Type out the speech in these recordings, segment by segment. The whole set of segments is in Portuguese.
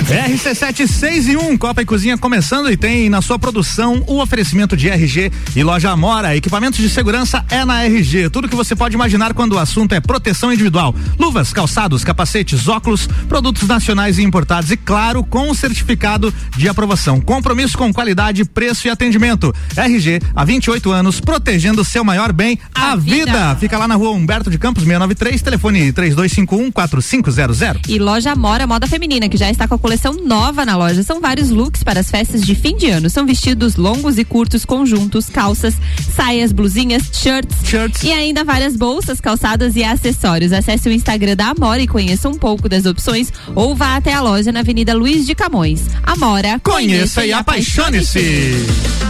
RC7-6 e 1, Copa e Cozinha começando e tem na sua produção o oferecimento de RG e Loja Amora. Equipamentos de segurança é na RG. Tudo que você pode imaginar quando o assunto é proteção individual. Luvas, calçados, capacetes, óculos, produtos nacionais e importados e, claro, com certificado de aprovação. Compromisso com qualidade, preço e atendimento. RG, há 28 anos, protegendo o seu maior bem, a vida. Fica lá na rua Humberto de Campos, 693, telefone 3251-4500. E Loja Amora, moda feminina, que já está com a coleção nova na loja. São vários looks para as festas de fim de ano. São vestidos longos e curtos, conjuntos, calças, saias, blusinhas, shirts e ainda várias bolsas, calçados e acessórios. Acesse o Instagram da Amora e conheça um pouco das opções ou vá até a loja na Avenida Luiz de Camões. Amora, conheça e apaixone-se.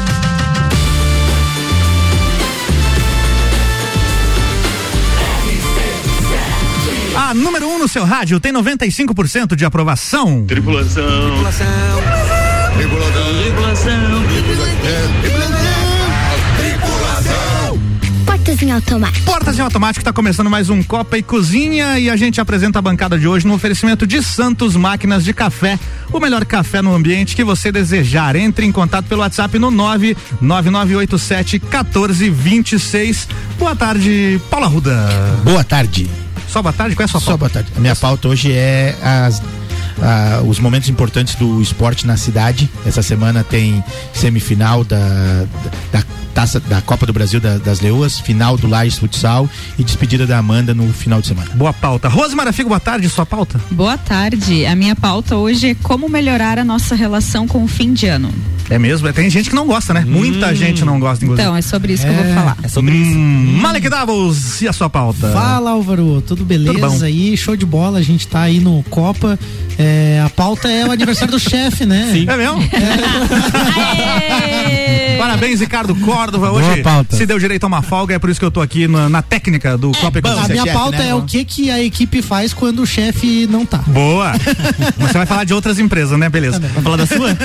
A número 1 no seu rádio tem 95% de aprovação. Tripulação. Portas em automático. Portas em automático, está começando mais um Copa e Cozinha e a gente apresenta a bancada de hoje no oferecimento de Santos Máquinas de Café, o melhor café no ambiente que você desejar. Entre em contato pelo WhatsApp no 99987-1426. Boa tarde, Paula Arruda. Boa tarde. Só boa tarde? Qual é a sua pauta? Só boa tarde. A minha pauta hoje é os momentos importantes do esporte na cidade. Essa semana tem semifinal da Taça da Copa do Brasil das Leoas, final do Lages Futsal e despedida da Amanda no final de semana. Boa pauta. Rose Marafigo, boa tarde, sua pauta? Boa tarde. A minha pauta hoje é como melhorar a nossa relação com o fim de ano. É mesmo? Tem gente que não gosta, né? Muita gente não gosta, inclusive. Então, é sobre isso que eu vou falar. É sobre isso. Malek Davos, e a sua pauta? Fala, Álvaro, tudo beleza? Tudo aí, show de bola, a gente tá aí no Copa. A pauta é o aniversário do chefe, né? Sim. É mesmo? Parabéns, Ricardo Córdova. Hoje se deu direito a uma folga, é por isso que eu tô aqui na técnica do Copa e Cozinha. A minha pauta é o que a equipe faz quando o chefe não tá. Boa! Você vai falar de outras empresas, né? Beleza. Vai falar da sua?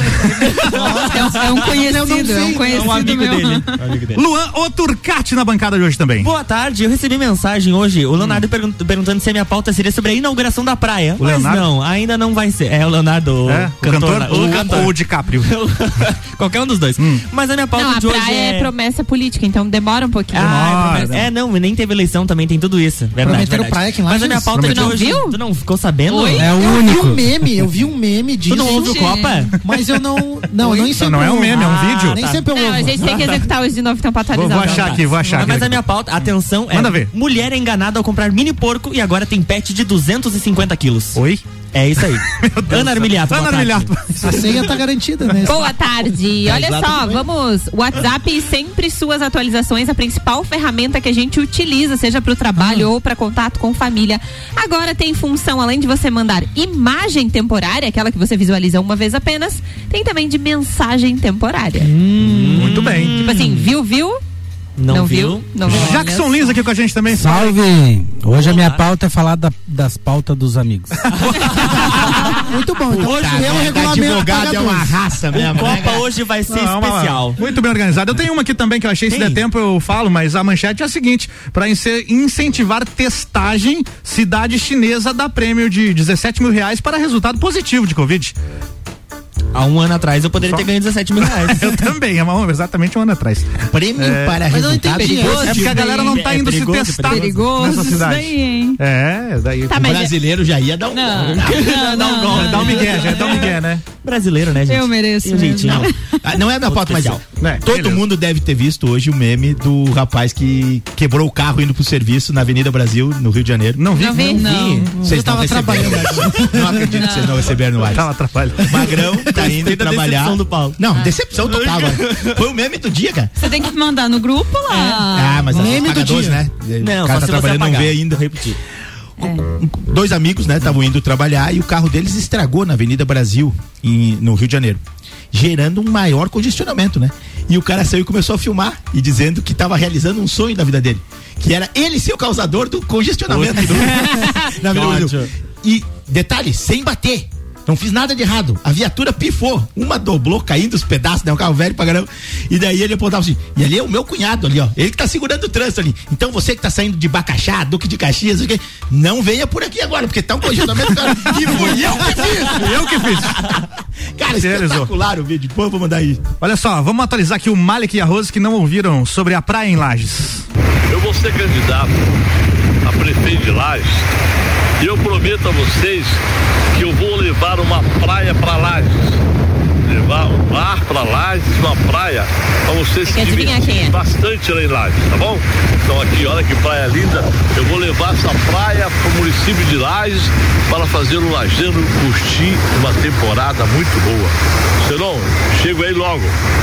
É um conhecido, é um amigo dele. Luan Oturcati na bancada de hoje também. Boa tarde, eu recebi mensagem hoje, o Leonardo perguntando se a minha pauta seria sobre a inauguração da praia. O Leonardo? Não, ainda não vai ser. É o Leonardo, o cantor, ou o DiCaprio. Qualquer um dos dois. Mas a minha pauta de hoje é promessa política, então demora um pouquinho. Não, nem teve eleição também, tem tudo isso. Prometeram praia aqui em Lages. Mas a minha pauta de hoje, tu não ficou sabendo? Oi? É o único. Eu vi um meme disso. Tu não ouve o Copa? Mas eu não nem sempre. Não é um meme, é um vídeo. Nem sempre eu ouvo. A gente tem que executar hoje de novo, então, pra atualizar. Vou achar aqui. Mas a minha pauta, atenção, Manda ver. Mulher é enganada ao comprar mini porco e agora tem pet de 250 quilos. Oi? É isso aí. Ana Armiliato. A ceia tá garantida, né? Boa tarde. Olha só, vamos. WhatsApp, sempre suas atualizações, a principal ferramenta que a gente utiliza, seja para o trabalho ou para contato com família. Agora tem função, além de você mandar imagem temporária, aquela que você visualiza uma vez apenas, tem também de mensagem temporária. Muito bem. Tipo assim, viu? Não viu? Não viu? Jackson Lins aqui com a gente também. Salve! Hoje a minha pauta é falar das pautas dos amigos. Muito bom. Então hoje é um regulamento. Advogado é uma raça mesmo. O Copa hoje vai ser especial. Muito bem organizado. Eu tenho uma aqui também que eu achei, se der tempo eu falo, mas a manchete é a seguinte: para incentivar testagem, cidade chinesa dá prêmio de R$17 mil para resultado positivo de Covid. Há um ano atrás eu poderia ter ganho R$17 mil. Eu também, exatamente um ano atrás. Prêmio para resultado perigoso. É porque a galera não tá indo se testar nessa cidade. Daí o brasileiro já ia dar um dá um migué, né? Brasileiro, né, gente? Eu mereço. Não é da pauta, mas todo mundo deve ter visto hoje o meme do rapaz que quebrou o carro indo pro serviço na Avenida Brasil, no Rio de Janeiro. Não vi. Vocês estavam trabalhando. Não acredito que vocês não receberam no ar. Tava trabalhando. Magrão tá indo trabalhar. Decepção do Paulo. Não, decepção total. Foi o meme do dia, cara. Você tem que mandar no grupo lá. Mas meme do dia, né? Não, o cara tá trabalhando, não vê ainda. Repetir. Dois amigos, né, estavam indo trabalhar e o carro deles estragou na Avenida Brasil, no Rio de Janeiro, gerando um maior congestionamento, né? E o cara saiu e começou a filmar e dizendo que estava realizando um sonho da vida dele, que era ele ser o causador do congestionamento na Avenida Brasil. E detalhe, sem bater. Não fiz nada de errado. A viatura pifou. Uma dobrou, caindo os pedaços, né? Um carro velho pra caramba. E daí ele apontava assim, e ali é o meu cunhado ali, ó. Ele que tá segurando o trânsito ali. Então você que tá saindo de Bacaxá, Duque de Caxias, não venha por aqui agora, porque tá um congestionamento. E fui eu que fiz. Fui eu que fiz. Cara, espetacular o vídeo. Depois eu vou mandar aí. Olha só, vamos atualizar aqui o Malik e a Rose que não ouviram sobre a praia em Lages. Eu vou ser candidato a prefeito de Lages e eu prometo a vocês que eu vou levar uma praia para Lages. Levar um mar para Lages, uma praia para vocês se divertirem bastante lá em Lages, tá bom? Então aqui, olha que praia linda. Eu vou levar essa praia para o município de Lages para fazer o lajano curtir uma temporada muito boa. Senão, chego aí logo.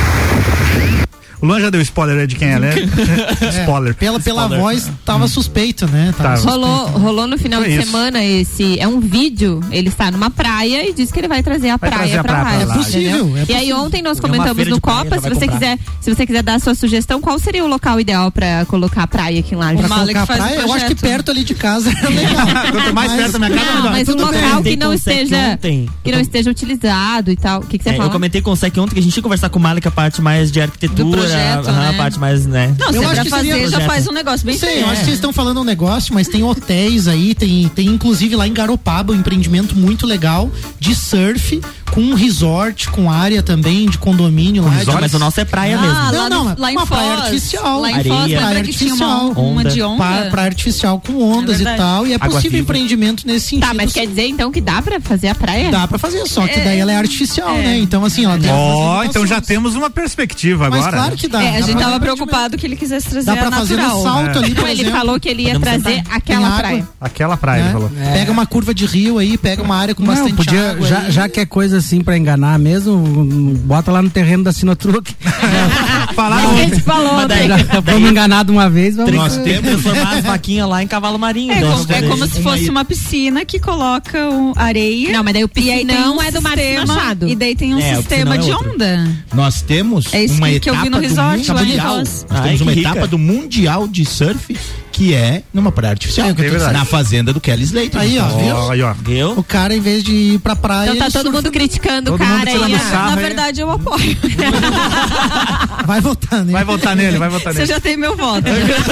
O Luan já deu spoiler aí de quem é, né? Spoiler. Pela voz, tava suspeito, né? Rolou no final de semana é um vídeo, ele está numa praia e diz que ele vai trazer a praia pra lá. É possível. E aí ontem nós comentamos no Copa, se você quiser dar a sua sugestão, qual seria o local ideal pra colocar a praia aqui em Lages? Pra colocar a praia, eu acho que perto ali de casa é legal. Quanto mais perto da minha casa, melhor. Mas um local que não esteja utilizado e tal. O que você fala? Eu comentei com o Sec ontem que a gente ia conversar com o Malik a parte mais de arquitetura, a parte mais, né? Não, se é pra fazer, já faz um negócio bem feito. Eu acho que vocês estão falando um negócio, mas tem hotéis aí, tem inclusive lá em Garopaba um empreendimento muito legal de surf, com um resort, com área também de condomínio lá. Mas o nosso é praia mesmo. Não, lá em uma Foz, praia artificial. Lá em Foz, praia artificial. Uma de onda. Praia artificial com ondas e tal. E é possível empreendimento nesse sentido. Tá, mas quer dizer então que dá pra fazer a praia? Dá pra fazer, só que daí ela é artificial, né? Então assim, ela tem então já temos uma perspectiva agora. Mas claro que dá. A gente tava preocupado que ele quisesse trazer a natural. Dá pra fazer no salto ali, por exemplo. Ele falou que ele ia trazer aquela praia. Aquela praia, ele falou. Pega uma curva de rio aí, pega uma área com bastante água. Já que é coisa assim pra enganar mesmo, bota lá no terreno da Sinotruc. A gente falou, né? Já fomos enganados uma vez. Nós temos transformar as vaquinhas lá em cavalo marinho. É como se fosse uma piscina que coloca areia. Não, mas daí o piscinão é do Márcio Machado. E daí tem um sistema de onda. Nós temos uma etapa que eu vi no resort lá em Foz. Nós temos uma etapa do Mundial de Surf que é numa praia artificial, na fazenda do Kelly Slater. Aí, ó, viu? O cara, em vez de ir pra praia... Então tá todo mundo criticando o cara aí. Na verdade, eu apoio. Vai votar nele. Vai votar nele. Você já tem meu voto.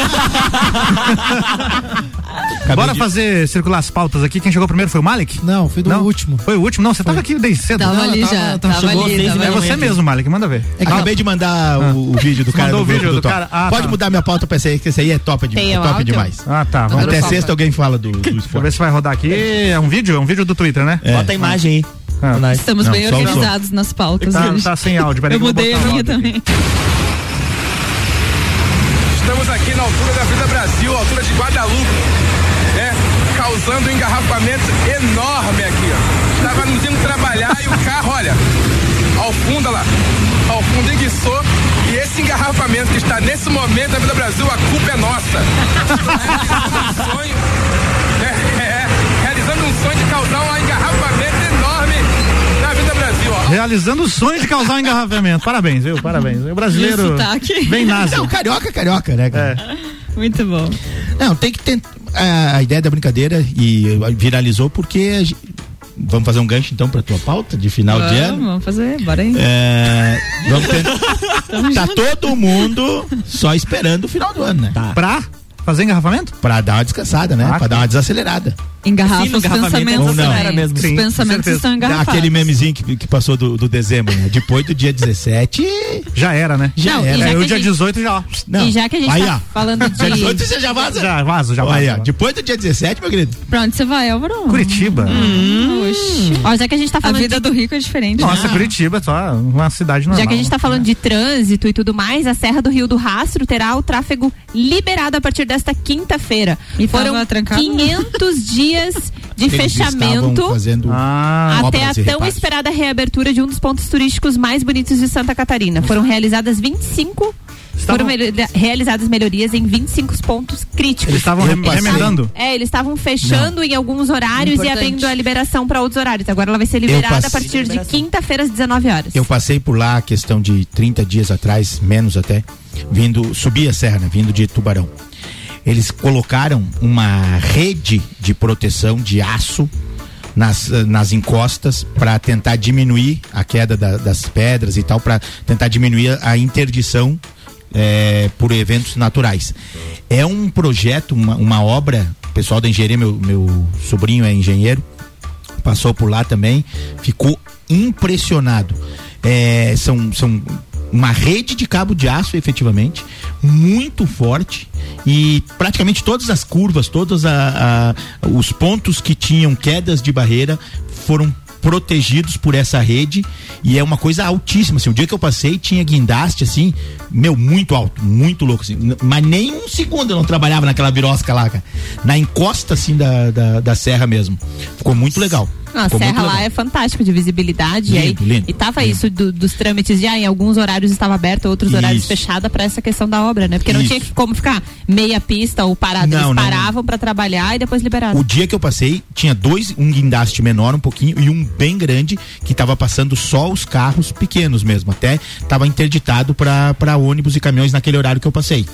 Bora fazer circular as pautas aqui. Quem chegou primeiro foi o Malik? Não, foi do último. Foi o último? Não, você tava aqui desde cedo. Tava ali já. É você mesmo, Malik, manda ver. Acabei de mandar o vídeo do cara. Mandou o vídeo do cara. Pode mudar minha pauta pra esse aí, que esse aí é top demais. Ah, tá. Até sexta alguém fala do esporte. Deixa eu ver se vai rodar aqui. É um vídeo do Twitter, né? Bota a imagem aí. Estamos bem organizados nas pautas. Tá sem áudio. Peraí, eu mudei a minha também. Estamos aqui na altura da Avenida Brasil, altura de Guadalupe, né? Causando um engarrafamento enorme aqui, ó. Estava nos indo trabalhar e o carro, olha, ao fundo enguiçou. E esse engarrafamento que está nesse momento na Avenida Brasil, a culpa é nossa. Realizando um sonho de causar um engarrafamento enorme na Avenida Brasil, ó. Realizando o sonho de causar um engarrafamento. Parabéns, viu? Parabéns. O brasileiro bem nazi. Não, carioca, né? Muito bom. Não, tem que ter a ideia da brincadeira e viralizou porque vamos fazer um gancho então pra tua pauta de final de ano? Vamos fazer, bora aí. Vamos tá todo mundo só esperando o final do ano, né? Pra fazer engarrafamento? Pra dar uma descansada, né? Pra dar uma desacelerada. Engarrafa os pensamentos mesmo. Os pensamentos estão engarrafados. Aquele memezinho que passou do dezembro, né? Depois do dia 17... Já era, né? Já era. Aí o dia 18 já... Não. E já que a gente tá falando de... Dia 18 você já vaza? Já vaza. Depois do dia 17, meu querido. Pra onde você vai, Álvaro? Curitiba. Ó, já que a gente tá falando a vida do rico é diferente. Nossa, Curitiba é só uma cidade normal. Já que a gente tá falando de trânsito e tudo mais, a Serra do Rio do Rastro terá o tráfego liberado a partir desta quinta-feira. E foram 500 dias de fechamento até a tão esperada reabertura de um dos pontos turísticos mais bonitos de Santa Catarina. Foram realizadas realizadas melhorias em 25 pontos críticos. Eles estavam remendando? Eles estavam fechando em alguns horários e abrindo a liberação para outros horários. Agora ela vai ser liberada a partir de quinta-feira às 19 horas. Eu passei por lá a questão de 30 dias atrás, menos até, subi a serra, né, vindo de Tubarão. Eles colocaram uma rede de proteção de aço nas encostas para tentar diminuir a queda das pedras e tal, para tentar diminuir a interdição por eventos naturais. É um projeto, uma obra, o pessoal da engenharia, meu sobrinho é engenheiro, passou por lá também, ficou impressionado. São uma rede de cabo de aço, efetivamente, muito forte, e praticamente todas as curvas, todos os pontos que tinham quedas de barreira foram protegidos por essa rede, e é uma coisa altíssima, assim, o dia que eu passei tinha guindaste, assim, muito alto, muito louco, assim, mas nem um segundo eu não trabalhava naquela birosca lá, cara, na encosta, assim, da serra mesmo, ficou muito legal. A serra lá é fantástico de visibilidade. Lindo. E tava isso dos trâmites de em alguns horários estava aberto, outros horários fechada para essa questão da obra, né? Porque não tinha como ficar meia pista ou parado. Eles paravam para trabalhar e depois liberaram. O dia que eu passei, tinha um guindaste menor um pouquinho e um bem grande que tava passando só os carros pequenos mesmo. Até tava interditado para ônibus e caminhões naquele horário que eu passei.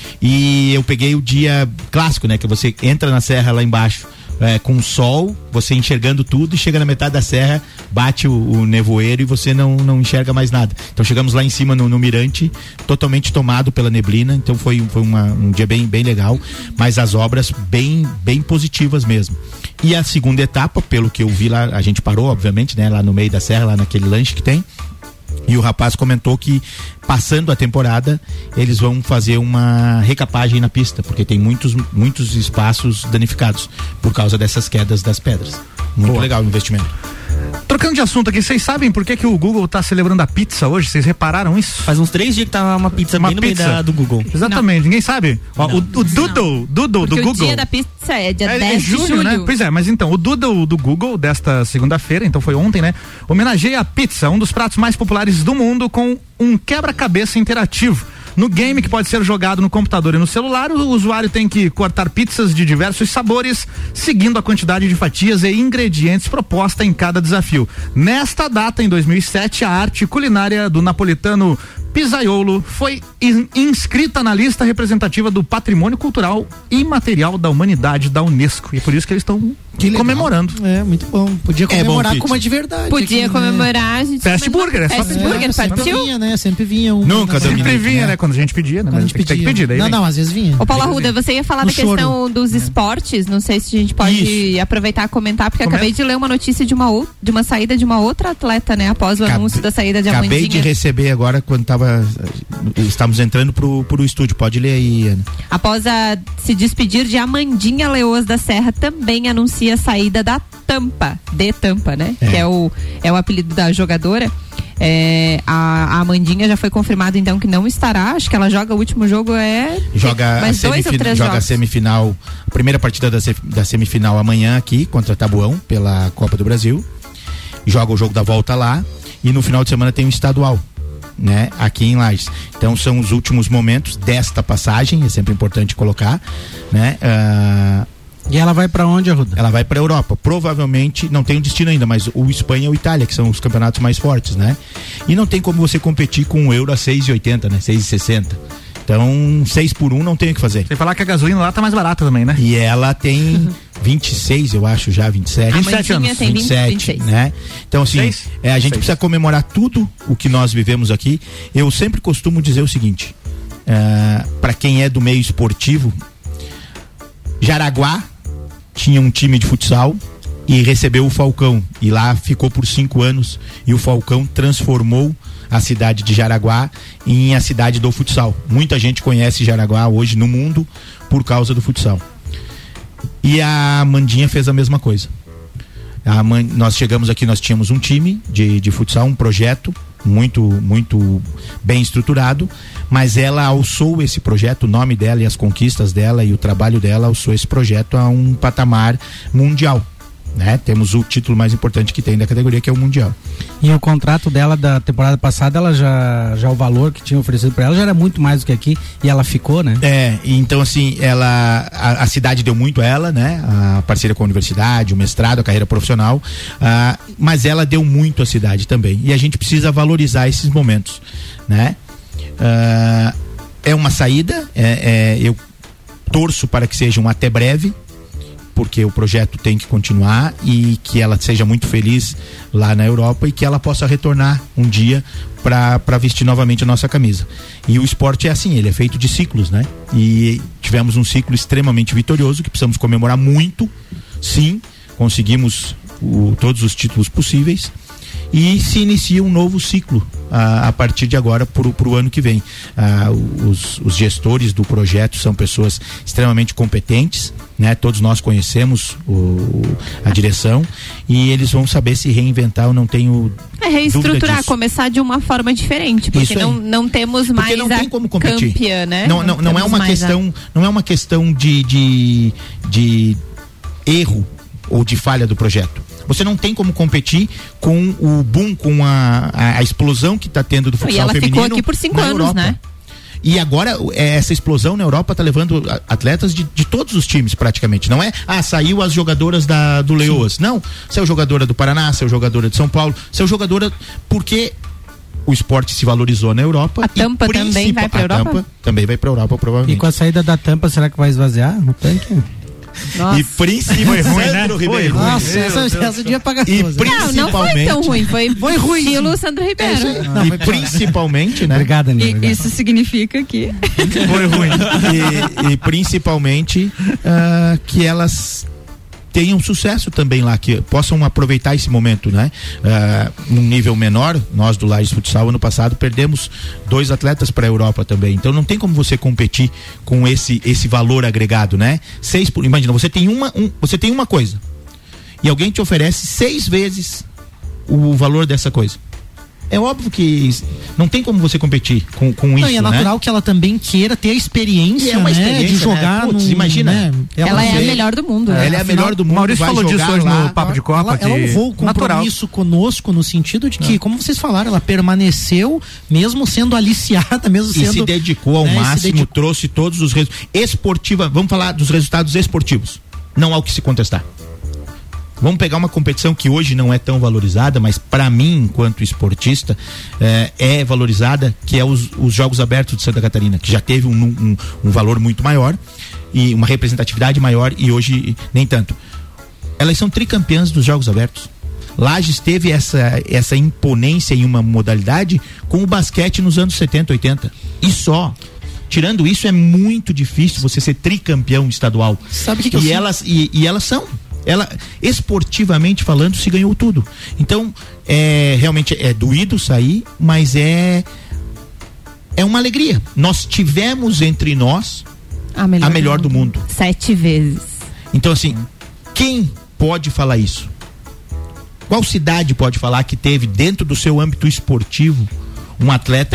E eu peguei o dia clássico, né? Que você entra na serra lá embaixo, com o sol, você enxergando tudo, e chega na metade da serra, bate o nevoeiro e você não enxerga mais nada. Então chegamos lá em cima no mirante, totalmente tomado pela neblina, então foi um dia bem, bem legal, mas as obras bem, bem positivas mesmo. E a segunda etapa, pelo que eu vi lá, a gente parou, obviamente, né, lá no meio da serra, lá naquele lanche que tem, e o rapaz comentou que, passando a temporada, eles vão fazer uma recapagem na pista, porque tem muitos espaços danificados por causa dessas quedas das pedras. Muito legal o investimento. Trocando de assunto aqui, vocês sabem por que o Google tá celebrando a pizza hoje? Vocês repararam isso? Faz uns 3 dias que tá uma pizza bem no meio do Google. Exatamente, ninguém sabe? Ó, o Doodle do Google. O dia da pizza é dia 10 de julho, né? Pois é, mas então, o Doodle do Google desta segunda-feira, então foi ontem, né? Homenageia a pizza, um dos pratos mais populares do mundo, com um quebra-cabeça interativo. No game, que pode ser jogado no computador e no celular, o usuário tem que cortar pizzas de diversos sabores, seguindo a quantidade de fatias e ingredientes proposta em cada desafio. Nesta data, em 2007, a arte culinária do napolitano Pizzaiolo foi inscrita na lista representativa do Patrimônio Cultural Imaterial da Humanidade da Unesco. E é por isso que eles estão comemorando. É, muito bom. Podia comemorar com uma de verdade. Podia aqui, comemorar. Né? Fast Burger, Fast Burger, partiu? Vinha, né? Sempre vinha um. Nunca sempre vinha, né? Quando a gente pedia, né? Quando a gente tem que pedir daí. Não, às vezes vinha. Ô, Paulo Arruda, você ia falar da questão dos esportes, não sei se a gente pode aproveitar e comentar, porque acabei de ler uma notícia de uma saída de uma outra atleta, né? Após o anúncio da saída de Amandinha. Acabei de receber agora, quando estamos entrando pro estúdio, pode ler aí, Ana. Após se despedir de Amandinha Leoas da Serra, também anuncia a saída da Tampa, né? Que é o apelido da jogadora. A Amandinha já foi confirmado então que não estará, acho que ela joga o último jogo joga a semifinal, a primeira partida da semifinal amanhã aqui contra Tabuão pela Copa do Brasil, joga o jogo da volta lá e no final de semana tem o estadual, né, aqui em Lages. Então são os últimos momentos desta passagem, é sempre importante colocar, né? E ela vai pra onde, Arruda? Ela vai pra Europa, provavelmente, não tem um destino ainda, mas o Espanha ou Itália, que são os campeonatos mais fortes, né? E não tem como você competir com o euro a 6,80, né? 6,60. Então, 6 por 1 não tem o que fazer. Sem falar que a gasolina lá tá mais barata também, né? E ela tem 26, eu acho já, 27. 27 anos. Tem 27, né? Então, assim, a gente precisa comemorar tudo o que nós vivemos aqui. Eu sempre costumo dizer o seguinte, para quem é do meio esportivo, Jaraguá tinha um time de futsal e recebeu o Falcão, e lá ficou por 5 anos, e o Falcão transformou a cidade de Jaraguá em a cidade do futsal. Muita gente conhece Jaraguá hoje no mundo por causa do futsal. E a Amandinha fez a mesma coisa. Nós chegamos aqui, nós tínhamos um time de futsal, um projeto muito bem estruturado, mas ela alçou esse projeto, o nome dela e as conquistas dela e o trabalho dela alçou esse projeto a um patamar mundial, né? Temos o título mais importante que tem da categoria, que é o mundial. E o contrato dela da temporada passada, ela já o valor que tinha oferecido para ela já era muito mais do que aqui, e ela ficou, né? Então assim, a cidade deu muito a ela, né? A parceria com a universidade, o mestrado, a carreira profissional, mas ela deu muito à cidade também, e a gente precisa valorizar esses momentos, né? É uma saída, eu torço para que seja um até breve, porque o projeto tem que continuar e que ela seja muito feliz lá na Europa e que ela possa retornar um dia para vestir novamente a nossa camisa. E o esporte é assim, ele é feito de ciclos, né? E tivemos um ciclo extremamente vitorioso que precisamos comemorar muito. Sim, conseguimos todos os títulos possíveis e se inicia um novo ciclo a partir de agora pro ano que vem. Os gestores do projeto são pessoas extremamente competentes, né? Todos nós conhecemos a direção e eles vão saber se reinventar. Eu não tenho reestruturar, começar de uma forma diferente, porque não temos mais porque não tem como competir. Campeã, né? Não é uma questão de erro ou de falha do projeto. Você não tem como competir com o boom, com a explosão que está tendo do futsal feminino. E ela ficou aqui por 5 anos, Europa, né? E agora essa explosão na Europa está levando atletas de todos os times praticamente. Não é, saiu as jogadoras do Leoas. Sim. Não, saiu jogadora do Paraná, saiu jogadora de São Paulo, saiu jogadora porque o esporte se valorizou na Europa. A Tampa também vai para a Europa? Tampa também vai para a Europa, provavelmente. E com a saída da Tampa, será que vai esvaziar o tanque? Nossa. E principalmente Sandro Ribeiro. Nossa, essa dia paga não foi tão ruim, foi ruim. Estilo Sandro Ribeiro. E principalmente, né? Obrigado, Aninha. Isso significa que foi ruim. E principalmente que elas tenham sucesso também lá, que possam aproveitar esse momento, né? Num nível menor, nós do Lages Futsal, ano passado, perdemos 2 atletas para a Europa também, então não tem como você competir com esse valor agregado, né? Imagina, você tem uma coisa e alguém te oferece 6 vezes o valor dessa coisa. É óbvio que não tem como você competir com isso, e é natural que ela também queira ter a experiência, de jogar, né? Imagina. Né? Ela é a melhor do mundo. Ela é a melhor do mundo. Maurício falou disso hoje no Papo de Copa. Ela levou o compromisso conosco no sentido de que, como vocês falaram, ela permaneceu mesmo sendo aliciada, mesmo sendo... E se dedicou ao máximo, trouxe todos os resultados. Vamos falar dos resultados esportivos. Não há o que se contestar. Vamos pegar uma competição que hoje não é tão valorizada, mas para mim, enquanto esportista, é valorizada, que é os Jogos Abertos de Santa Catarina, que já teve um valor muito maior e uma representatividade maior, e hoje nem tanto. Elas são tricampeãs dos Jogos Abertos. Lages teve essa imponência em uma modalidade com o basquete nos anos 70, 80. E só. Tirando isso, é muito difícil você ser tricampeão estadual. Sabe o que elas são? Ela, esportivamente falando, se ganhou tudo. Então, realmente é doído sair, mas é uma alegria. Nós tivemos entre nós a melhor do mundo. 7 vezes. Então, assim, quem pode falar isso? Qual cidade pode falar que teve dentro do seu âmbito esportivo um atleta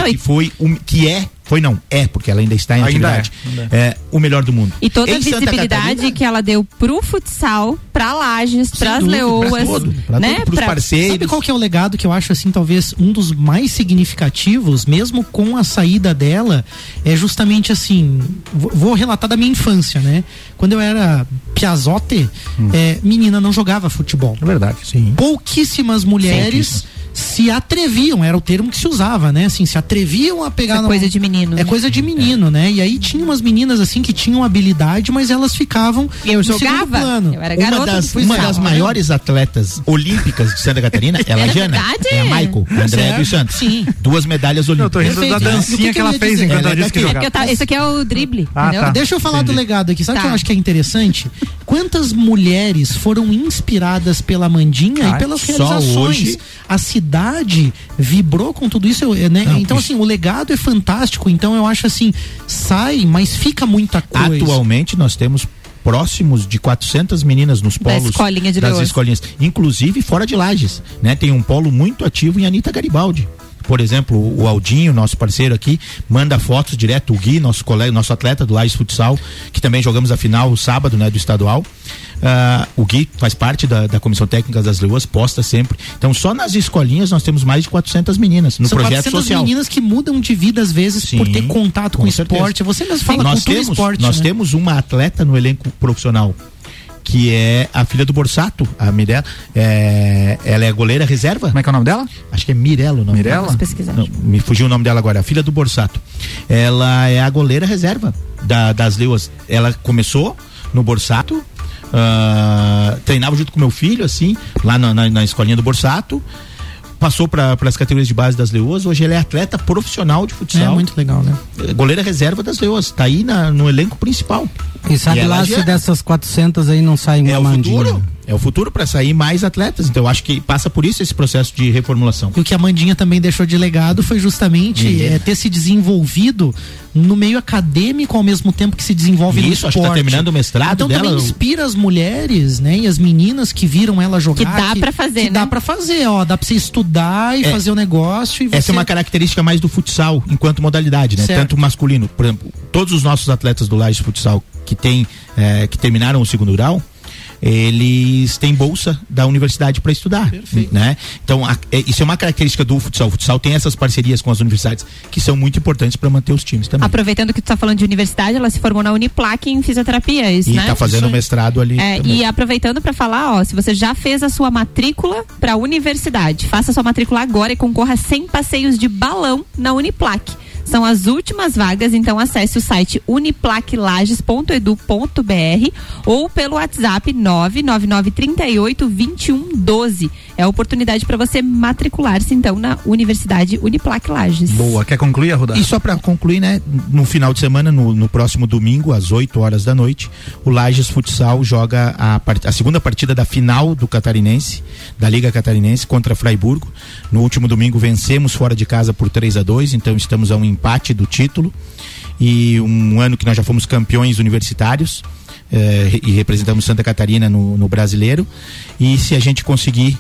porque ela ainda está em atividade, o melhor do mundo. E toda a visibilidade que ela deu pro futsal, pra Lages, pras Leoas, pros parceiros. Sabe qual que é o legado que eu acho, assim, talvez um dos mais significativos, mesmo com a saída dela, é justamente assim, vou relatar da minha infância, né? Quando eu era piazote, menina não jogava futebol. É verdade, sim. Pouquíssimas mulheres se atreviam, era o termo que se usava, né? Assim, se atreviam a pegar... coisa de menino. Coisa de menino, né? E aí tinha umas meninas, assim, que tinham habilidade, mas elas ficavam... Eu jogava, plano. Eu era garota. Uma das maiores atletas olímpicas de Santa Catarina é a Jana. É a Maico, a André dos Santos. Sim. 2 medalhas olímpicas. Eu tô rindo da dancinha que ela fez enquanto ela disse que jogava. Esse aqui é o drible. Tá. Deixa eu falar do legado aqui. Sabe o que eu acho que é interessante? Quantas mulheres foram inspiradas pela Mandinha e pelas realizações? Hoje... A cidade vibrou com tudo isso, né? Então, assim, o legado é fantástico. Então, eu acho assim, sai, mas fica muita coisa. Atualmente, nós temos próximos de 400 meninas nos polos das escolinhas, inclusive fora de Lages, né? Tem um polo muito ativo em Anita Garibaldi. Por exemplo, o Aldinho, nosso parceiro aqui, manda fotos direto, o Gui, nosso colega, nosso atleta do Lages Futsal, que também jogamos a final sábado, né, do estadual. O Gui faz parte da comissão técnica das Leoas, posta sempre. Então, só nas escolinhas nós temos mais de 400 meninas no projeto social. São 400 meninas que mudam de vida às vezes por ter contato com o esporte. Você mesmo fala cultura e esporte. Nós temos uma atleta no elenco profissional, que é a filha do Borsato, a Mirella. Ela é a goleira reserva. Como é que é o nome dela? Acho que é Mirella o nome dela. Vamos pesquisar. Não, me fugiu o nome dela agora, a filha do Borsato. Ela é a goleira reserva das Leoas. Ela começou no Borsato, treinava junto com meu filho, assim, lá na escolinha do Borsato. Passou para as categorias de base das Leoas. Hoje ele é atleta profissional de futsal. É muito legal, né? Goleira reserva das Leoas. Tá aí no elenco principal. E sabe lá se dessas 400 aí não sai uma Mandinha? É o futuro para sair mais atletas. Então eu acho que passa por isso esse processo de reformulação. E o que a Mandinha também deixou de legado foi justamente ter se desenvolvido no meio acadêmico ao mesmo tempo que se desenvolve no esporte. Acho que tá terminando o mestrado então dela. Também inspira as mulheres, né? E as meninas que viram ela jogar. Que dá pra fazer, que né? dá pra fazer, ó. Dá pra você estudar e fazer o negócio. E essa é uma característica mais do futsal enquanto modalidade, né? Certo. Tanto masculino. Por exemplo, todos os nossos atletas do Lages Futsal que terminaram o segundo grau, eles têm bolsa da universidade para estudar, né? Então isso é uma característica do futsal. O futsal tem essas parcerias com as universidades que são muito importantes para manter os times também. Aproveitando que tu tá falando de universidade, ela se formou na Uniplac em fisioterapia, isso, né? E tá fazendo mestrado ali. E aproveitando para falar, ó, se você já fez a sua matrícula para a universidade, faça a sua matrícula agora e concorra a 100 passeios de balão na Uniplac. São as últimas vagas, então acesse o site uniplaclages.edu.br ou pelo WhatsApp 999382112. É a oportunidade para você matricular-se então na Universidade Uniplac Lages. Boa, quer concluir, Arruda? E só para concluir, né, no final de semana, no próximo domingo, às 8h da noite, o Lages Futsal joga a segunda partida da final do Catarinense, da Liga Catarinense, contra Fraiburgo. No último domingo vencemos fora de casa por 3-2, então estamos a um empate do título, e um ano que nós já fomos campeões universitários e representamos Santa Catarina no Brasileiro, e se a gente conseguir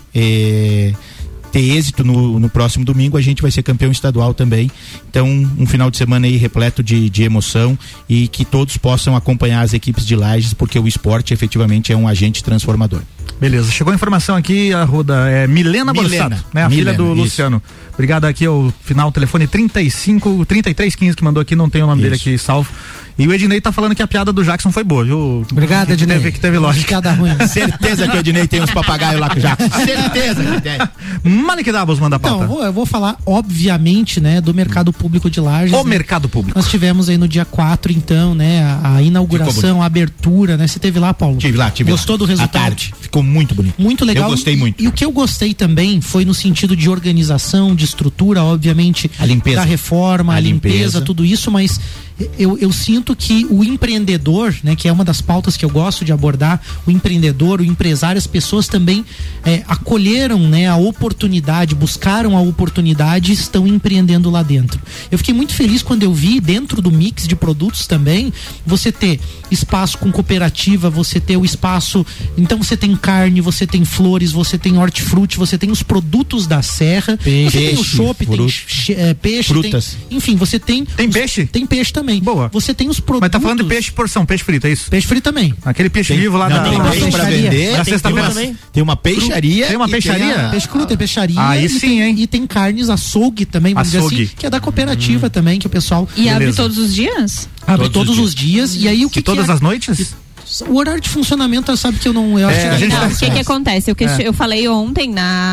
ter êxito no próximo domingo, a gente vai ser campeão estadual também. Então, um final de semana aí repleto de emoção, e que todos possam acompanhar as equipes de Lages, porque o esporte efetivamente é um agente transformador. Beleza, chegou a informação aqui, Arruda, Milena Borsato, né? A filha do Luciano. Obrigado aqui, o final, telefone 3315 que mandou aqui, não tem o nome dele aqui salvo. E o Ednei tá falando que a piada do Jackson foi boa, viu? Obrigado, Ednei. Que teve lógica. Piada ruim. Certeza que o Ednei tem uns papagaios lá com o Jackson. Certeza que tem. Malik Davos manda a pauta. Então, eu vou falar, obviamente, né, do mercado público de Lages. O mercado público. Nós tivemos aí no dia 4, então, né, a inauguração, a abertura, né? Você teve lá, Paulo? Tive lá. Gostou do resultado? À tarde. Ficou muito bonito. Muito legal. Eu gostei muito. E o que eu gostei também foi no sentido de organização, de estrutura, obviamente, a limpeza, da reforma, a limpeza, tudo isso, mas eu sinto que o empreendedor, né, que é uma das pautas que eu gosto de abordar, o empreendedor, o empresário, as pessoas também acolheram, né, a oportunidade, buscaram a oportunidade e estão empreendendo lá dentro. Eu fiquei muito feliz quando eu vi dentro do mix de produtos também, você ter espaço com cooperativa, você ter o espaço, então você tem carne, você tem flores, você tem hortifruti, você tem os produtos da serra, você tem o chopp, tem peixe, frutas. Enfim, você tem... Tem peixe? Tem peixe também. Boa. Você tem os produtos. Mas tá falando de peixe porção, peixe frito, é isso? Peixe frito também. Aquele peixe vivo lá tem peixe pra vender. Tem uma peixaria. Tem uma peixaria? Peixe cru, tem peixaria. Aí sim, hein? E tem carnes, açougue também, vamos dizer assim, que é da cooperativa também, que o pessoal... E abre todos os dias? Abre todos os dias. E aí o que todas as noites? O horário de funcionamento, sabe que eu não... Eu acho que o que acontece? Eu falei ontem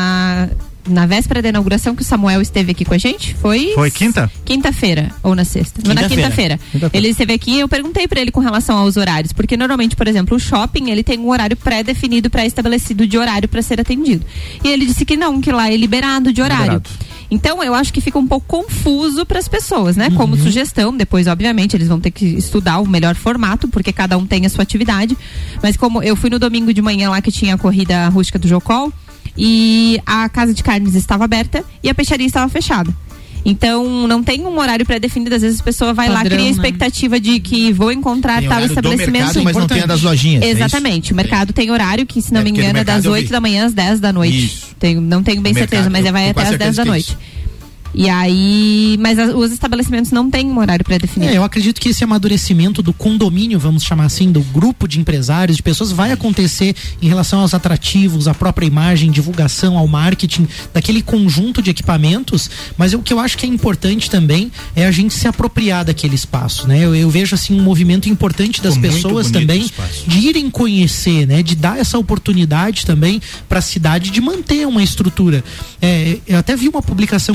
na véspera da inauguração que o Samuel esteve aqui com a gente, foi quinta? Quinta-feira, ou na sexta? Na quinta-feira. Ele esteve aqui e eu perguntei pra ele com relação aos horários, porque normalmente, por exemplo, o shopping, ele tem um horário pré-definido, pré-estabelecido de horário para ser atendido. E ele disse que não, que lá é liberado de horário. Então, eu acho que fica um pouco confuso para as pessoas, né? Como sugestão, depois, obviamente, eles vão ter que estudar o melhor formato, porque cada um tem a sua atividade. Mas como eu fui no domingo de manhã lá que tinha a corrida rústica do Jocol, e a casa de carnes estava aberta e a peixaria estava fechada. Então, não tem um horário pré-definido. Às vezes a pessoa vai lá, cria a expectativa de que vou encontrar tal estabelecimento. Mercado, mas não tem a das lojinhas. Exatamente. O mercado tem horário que, se não me engano, é das 8 da manhã às 10 da noite. Isso. Não tenho bem certeza, mas vai até às 10 da noite. E aí, mas os estabelecimentos não têm um horário pré-definido. Eu acredito que esse amadurecimento do condomínio, vamos chamar assim, do grupo de empresários, de pessoas, vai acontecer em relação aos atrativos, à própria imagem, divulgação, ao marketing, daquele conjunto de equipamentos. Mas o que eu acho que é importante também é a gente se apropriar daquele espaço, né? Eu vejo assim um movimento importante das pessoas também de irem conhecer, né? De dar essa oportunidade também para a cidade de manter uma estrutura. Eu até vi uma publicação muito legal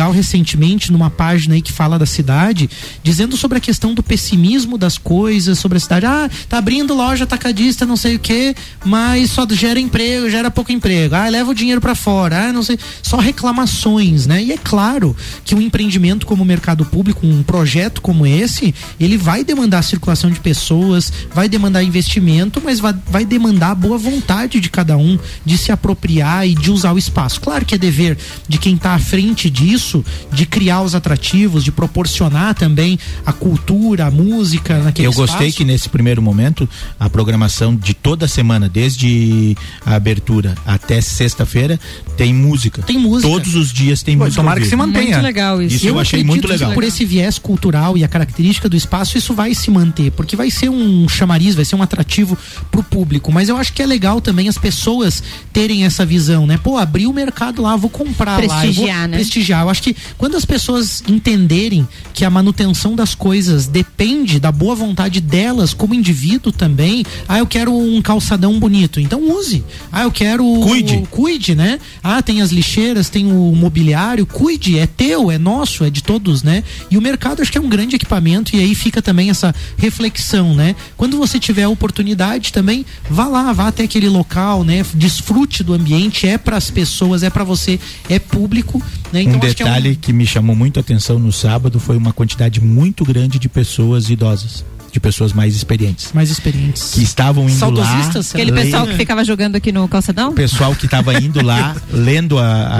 legal recentemente numa página aí que fala da cidade, dizendo sobre a questão do pessimismo das coisas, sobre a cidade. Tá abrindo loja atacadista, não sei o que, mas só gera emprego, gera pouco emprego. Leva o dinheiro pra fora, não sei. Só reclamações, né? E é claro que um empreendimento como o mercado público, um projeto como esse, ele vai demandar circulação de pessoas, vai demandar investimento, mas vai demandar a boa vontade de cada um de se apropriar e de usar o espaço. Claro que é dever de quem está à frente disso, de criar os atrativos, de proporcionar também a cultura, a música naquele espaço. Eu gostei que nesse primeiro momento a programação de toda semana, desde a abertura até sexta-feira, tem música. Tem música. Todos os dias tem música. Tomara que se mantenha. Muito legal isso. Isso eu achei muito legal. Por esse viés cultural e a característica do espaço, isso vai se manter, porque vai ser um chamariz, vai ser um atrativo pro público. Mas eu acho que é legal também as pessoas terem essa visão, né? Pô, abri o mercado lá, vou comprar prestigiar, lá, eu vou né? prestigiar. Eu acho que quando as pessoas entenderem que a manutenção das coisas depende da boa vontade delas como indivíduo também, eu quero um calçadão bonito, então use. Eu quero... Cuide, né? Tem as lixeiras, tem o mobiliário, cuide, é teu, é nosso, é de todos, né? E o mercado acho que é um grande equipamento, e aí fica também essa reflexão, né? Quando você tiver a oportunidade também, vá lá, vá até aquele local, né? Desfrute do ambiente, é para as pessoas, é para você, é público, né? Então, um detalhe que me chamou muito a atenção no sábado foi uma quantidade muito grande de pessoas idosas, de pessoas mais experientes. Que estavam indo lá. Aquele pessoal que ficava jogando aqui no calçadão? O pessoal que estava indo lá, lendo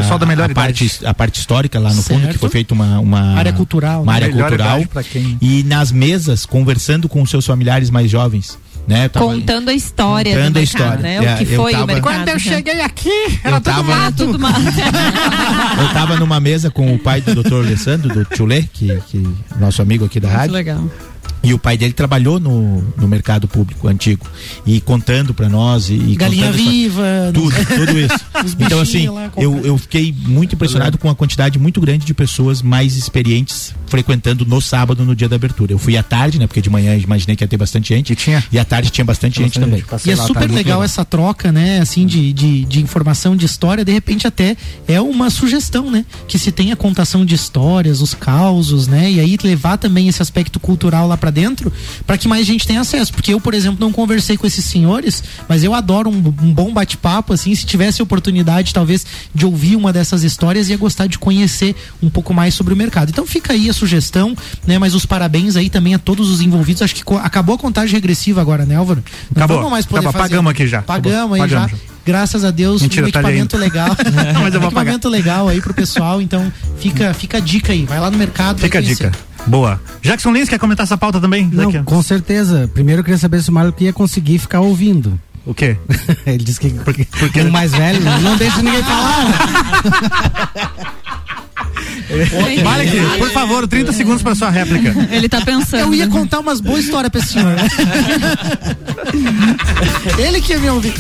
a parte histórica lá no fundo, que foi feita uma área cultural. Uma área cultural. E nas mesas, conversando com os seus familiares mais jovens. Né? Contando a história do mercado, né? O que foi o mercado. Quando eu cheguei aqui, era tudo mato. Eu tava numa mesa com o pai do Dr. Alessandro, do Tchulê, que nosso amigo aqui da rádio. Legal. E o pai dele trabalhou no mercado público antigo, e contando pra nós e galinha viva, tudo isso. Então assim, eu fiquei muito impressionado com a quantidade muito grande de pessoas mais experientes frequentando no sábado, no dia da abertura. Eu fui à tarde, né, porque de manhã imaginei que ia ter bastante gente, e à tarde tinha bastante gente também. E é super legal essa troca, né, assim, de informação, de história. De repente até é uma sugestão, né, que se tenha contação de histórias, os causos, né, e aí levar também esse aspecto cultural lá pra dentro, para que mais gente tenha acesso, porque eu, por exemplo, não conversei com esses senhores, mas eu adoro um bom bate-papo, assim, se tivesse oportunidade, talvez, de ouvir uma dessas histórias, ia gostar de conhecer um pouco mais sobre o mercado. Então fica aí a sugestão, né, mas os parabéns aí também a todos os envolvidos. Acho que acabou a contagem regressiva agora, né, Álvaro? Não vamos mais poder fazer. Pagamos aqui já. Pagamos aí já. Graças a Deus, mentira, um equipamento legal. Mas eu vou equipamento legal aí pro pessoal, então fica a dica aí, vai lá no mercado. Fica a dica. Boa. Jackson Lins, quer comentar essa pauta também? Não, com certeza. Primeiro eu queria saber se o Mário ia conseguir ficar ouvindo. O quê? Ele disse que porque o mais velho não deixa ninguém falar. Malek, por favor, 30 segundos para sua réplica. Ele tá pensando. Eu ia contar umas boas histórias pra esse senhor. Ele que ia me ouvir.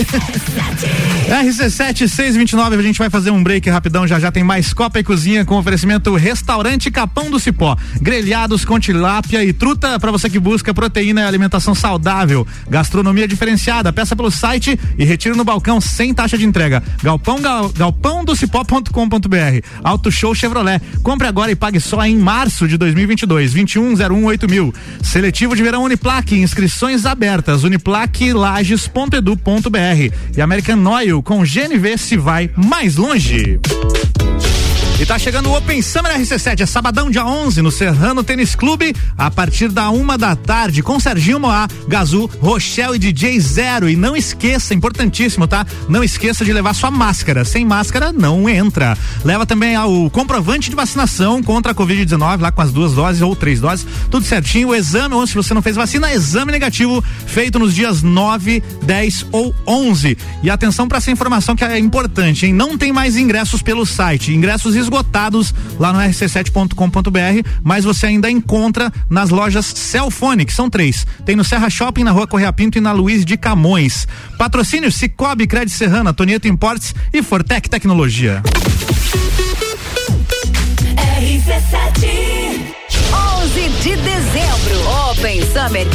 RC7 629, a gente vai fazer um break rapidão, já tem mais Copa e Cozinha com oferecimento Restaurante Capão do Cipó, grelhados com tilápia e truta para você que busca proteína e alimentação saudável, gastronomia diferenciada. Peça pelo site e retire no balcão sem taxa de entrega. galpãodocipó.com.br. Auto Show Chevrolet, compre agora e pague só em março de 2022, 21018000. Seletivo de verão Uniplac, inscrições abertas, uniplaclages.edu.br. E American Oil, com GNV se vai mais longe. E tá chegando o Open Summer RC7, é sabadão, dia 11, no Serrano Tênis Clube, a partir da 1h, com Serginho Moá, Gazu, Rochelle e DJ Zero. E não esqueça, importantíssimo, tá? Não esqueça de levar sua máscara. Sem máscara, não entra. Leva também o comprovante de vacinação contra a Covid-19, lá com as 2 doses ou 3 doses, tudo certinho. O exame, ou se você não fez vacina, exame negativo, feito nos dias 9, 10 ou 11. E atenção para essa informação que é importante, hein? Não tem mais ingressos pelo site, ingressos esgotados lá no rc7.com.br, mas você ainda encontra nas lojas Celfone, que são 3. Tem no Serra Shopping, na Rua Correia Pinto e na Luiz de Camões. Patrocínio Cicobi, Crédito Serrana, Tonieto Importes e Fortec Tecnologia. RC7 11 de dezembro, Open Summer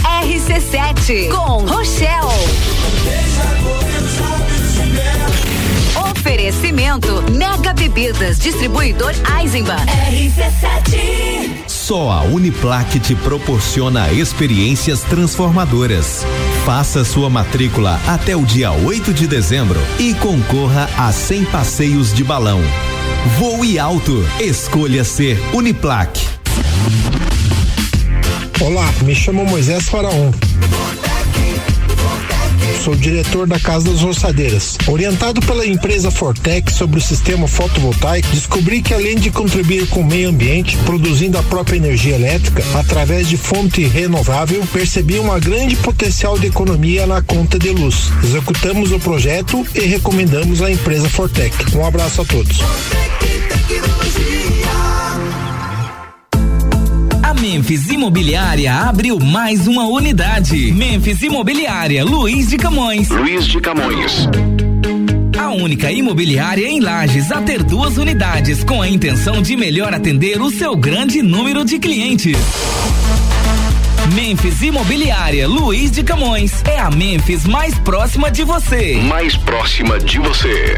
RC7 com Rochelle. Oferecimento Mega Bebidas, distribuidor Eisenbahn. RC7. Só a Uniplac te proporciona experiências transformadoras. Faça sua matrícula até o dia 8 de dezembro e concorra a 100 passeios de balão. Voe alto. Escolha ser Uniplac. Olá, me chamo Moisés Faraon. Sou diretor da Casa das Roçadeiras. Orientado pela empresa Fortec sobre o sistema fotovoltaico, descobri que além de contribuir com o meio ambiente, produzindo a própria energia elétrica através de fonte renovável, percebi uma grande potencial de economia na conta de luz. Executamos o projeto e recomendamos a empresa Fortec. Um abraço a todos. A Memphis Imobiliária abriu mais uma unidade. Memphis Imobiliária, Luiz de Camões. Luiz de Camões. A única imobiliária em Lages a ter 2 unidades, com a intenção de melhor atender o seu grande número de clientes. Memphis Imobiliária, Luiz de Camões. É a Memphis mais próxima de você. Mais próxima de você.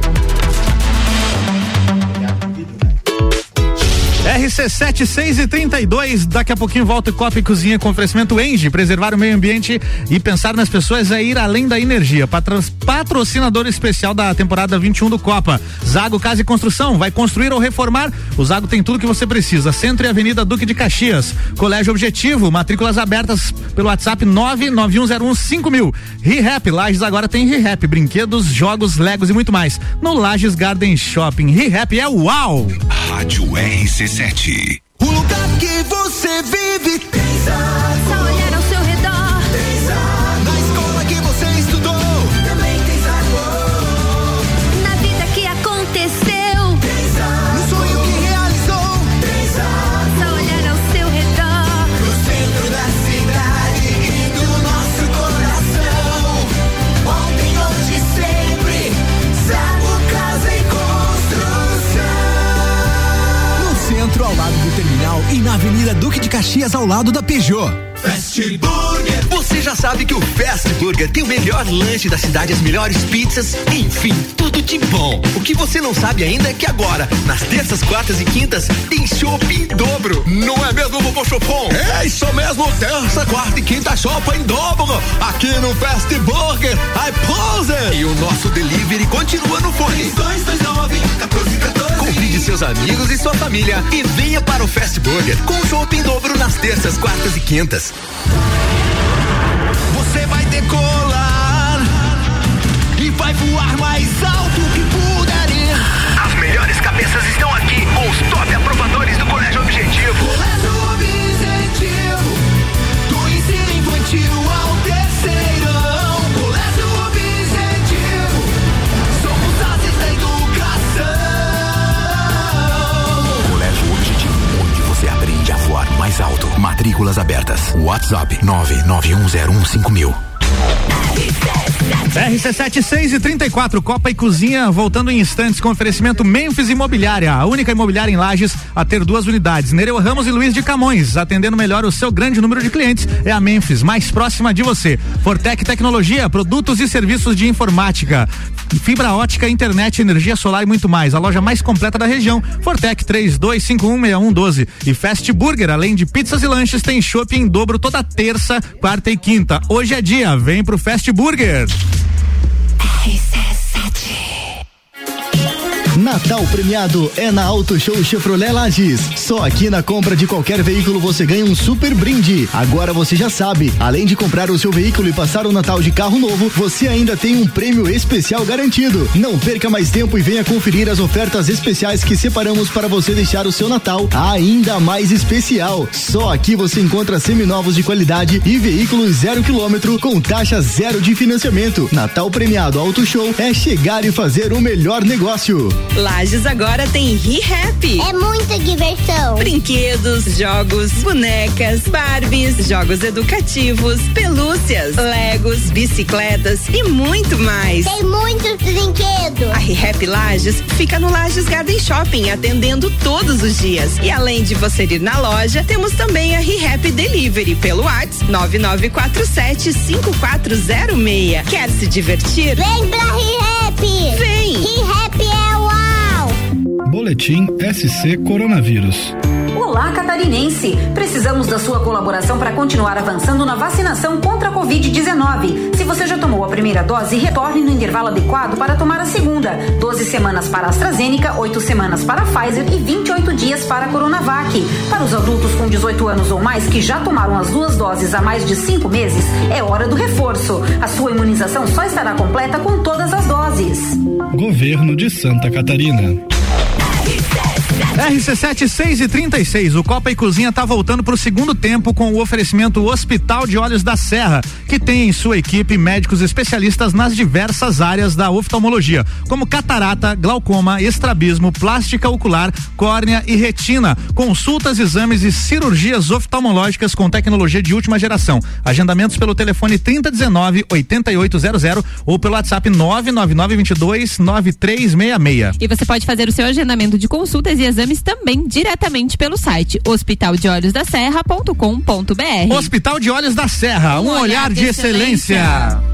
RC7 6:32, daqui a pouquinho volta o Copa e Cozinha com oferecimento Engie. Preservar o meio ambiente e pensar nas pessoas é ir além da energia. Patrocinador especial da temporada 21 do Copa. Zago Casa e Construção, vai construir ou reformar? O Zago tem tudo que você precisa. Centro e Avenida Duque de Caxias. Colégio Objetivo, matrículas abertas pelo WhatsApp 991015000. ReHap, Lages agora tem ReHap, brinquedos, jogos, legos e muito mais. No Lages Garden Shopping. ReHap é uau! Rádio RC7. O lugar que você vive tem Só olhar ao seu redor. Na escola que você estudou também tem sabor. Na vida que aconteceu. No sonho que realizou. Só olhar ao seu redor. No centro da cidade e do nosso coração. Ontem, hoje, sempre. Zago Casa e Construção. Centro, ao lado do terminal, e na Avenida Duque de Caxias, ao lado da Peugeot. Fast Burger. Você já sabe que o Fast Burger tem o melhor lanche da cidade, as melhores pizzas, enfim, tudo de bom. O que você não sabe ainda é que agora, nas terças, quartas e quintas, tem chopp em dobro. Não é mesmo, vovô Chopon? É isso mesmo, terça, quarta e quinta chopp em dobro. Aqui no Fast Burger, iPose. E o nosso delivery continua no fone. 229-1414. Convide seus amigos e sua família e venha para o Fast Burger com chopp em dobro nas terças, quartas e quintas. Você vai decolar e vai voar mais alto que puder ir. As melhores cabeças estão aqui com os top aprovadores do Colégio Objetivo. Colégio Objetivo, do ensino infantil ao terceirão. Colégio Objetivo, somos ases da educação. Colégio Objetivo, onde você aprende a voar mais alto. Matrículas abertas. WhatsApp 991015000. RC7 6:34, Copa e Cozinha voltando em instantes com oferecimento Memphis Imobiliária, a única imobiliária em Lages a ter 2 unidades. Nereu Ramos e Luiz de Camões, atendendo melhor o seu grande número de clientes, é a Memphis, mais próxima de você. Fortec Tecnologia, produtos e serviços de informática, fibra ótica, internet, energia solar e muito mais. A loja mais completa da região. Fortec 32516112 e Fast Burger, além de pizzas e lanches, tem chopp em dobro toda terça, quarta e quinta. Hoje é dia, vem pro Fast Burger. Natal premiado é na Auto Show Chevrolet Lages. Só aqui na compra de qualquer veículo você ganha um super brinde. Agora você já sabe, além de comprar o seu veículo e passar o Natal de carro novo, você ainda tem um prêmio especial garantido. Não perca mais tempo e venha conferir as ofertas especiais que separamos para você deixar o seu Natal ainda mais especial. Só aqui você encontra seminovos de qualidade e veículos 0 km com taxa zero de financiamento. Natal premiado Auto Show é chegar e fazer o melhor negócio. Lages agora tem ReHap. É muita diversão. Brinquedos, jogos, bonecas, Barbies, jogos educativos, pelúcias, Legos, bicicletas e muito mais. Tem muitos brinquedos. A ReHap Lages fica no Lages Garden Shopping, atendendo todos os dias. E além de você ir na loja, temos também a ReHap Delivery pelo WhatsApp 99475406. Quer se divertir? Vem pra ReHap. Vem! ReHap é Boletim SC Coronavírus. Olá, catarinense! Precisamos da sua colaboração para continuar avançando na vacinação contra a Covid-19. Se você já tomou a primeira dose, retorne no intervalo adequado para tomar a segunda. 12 semanas para a AstraZeneca, 8 semanas para a Pfizer e 28 dias para a Coronavac. Para os adultos com 18 anos ou mais que já tomaram as 2 doses há mais de 5 meses, é hora do reforço. A sua imunização só estará completa com todas as doses. Governo de Santa Catarina. RC7 6:36. O Copa e Cozinha tá voltando pro segundo tempo com o oferecimento Hospital de Olhos da Serra, que tem em sua equipe médicos especialistas nas diversas áreas da oftalmologia, como catarata, glaucoma, estrabismo, plástica ocular, córnea e retina. Consultas, exames e cirurgias oftalmológicas com tecnologia de última geração. Agendamentos pelo telefone 3019-8800 ou pelo WhatsApp 999229366. E você pode fazer o seu agendamento de consultas e exames também diretamente pelo site hospitaldeolhosdaserra.com.br. Hospital de Olhos da Serra, um olhar de excelência.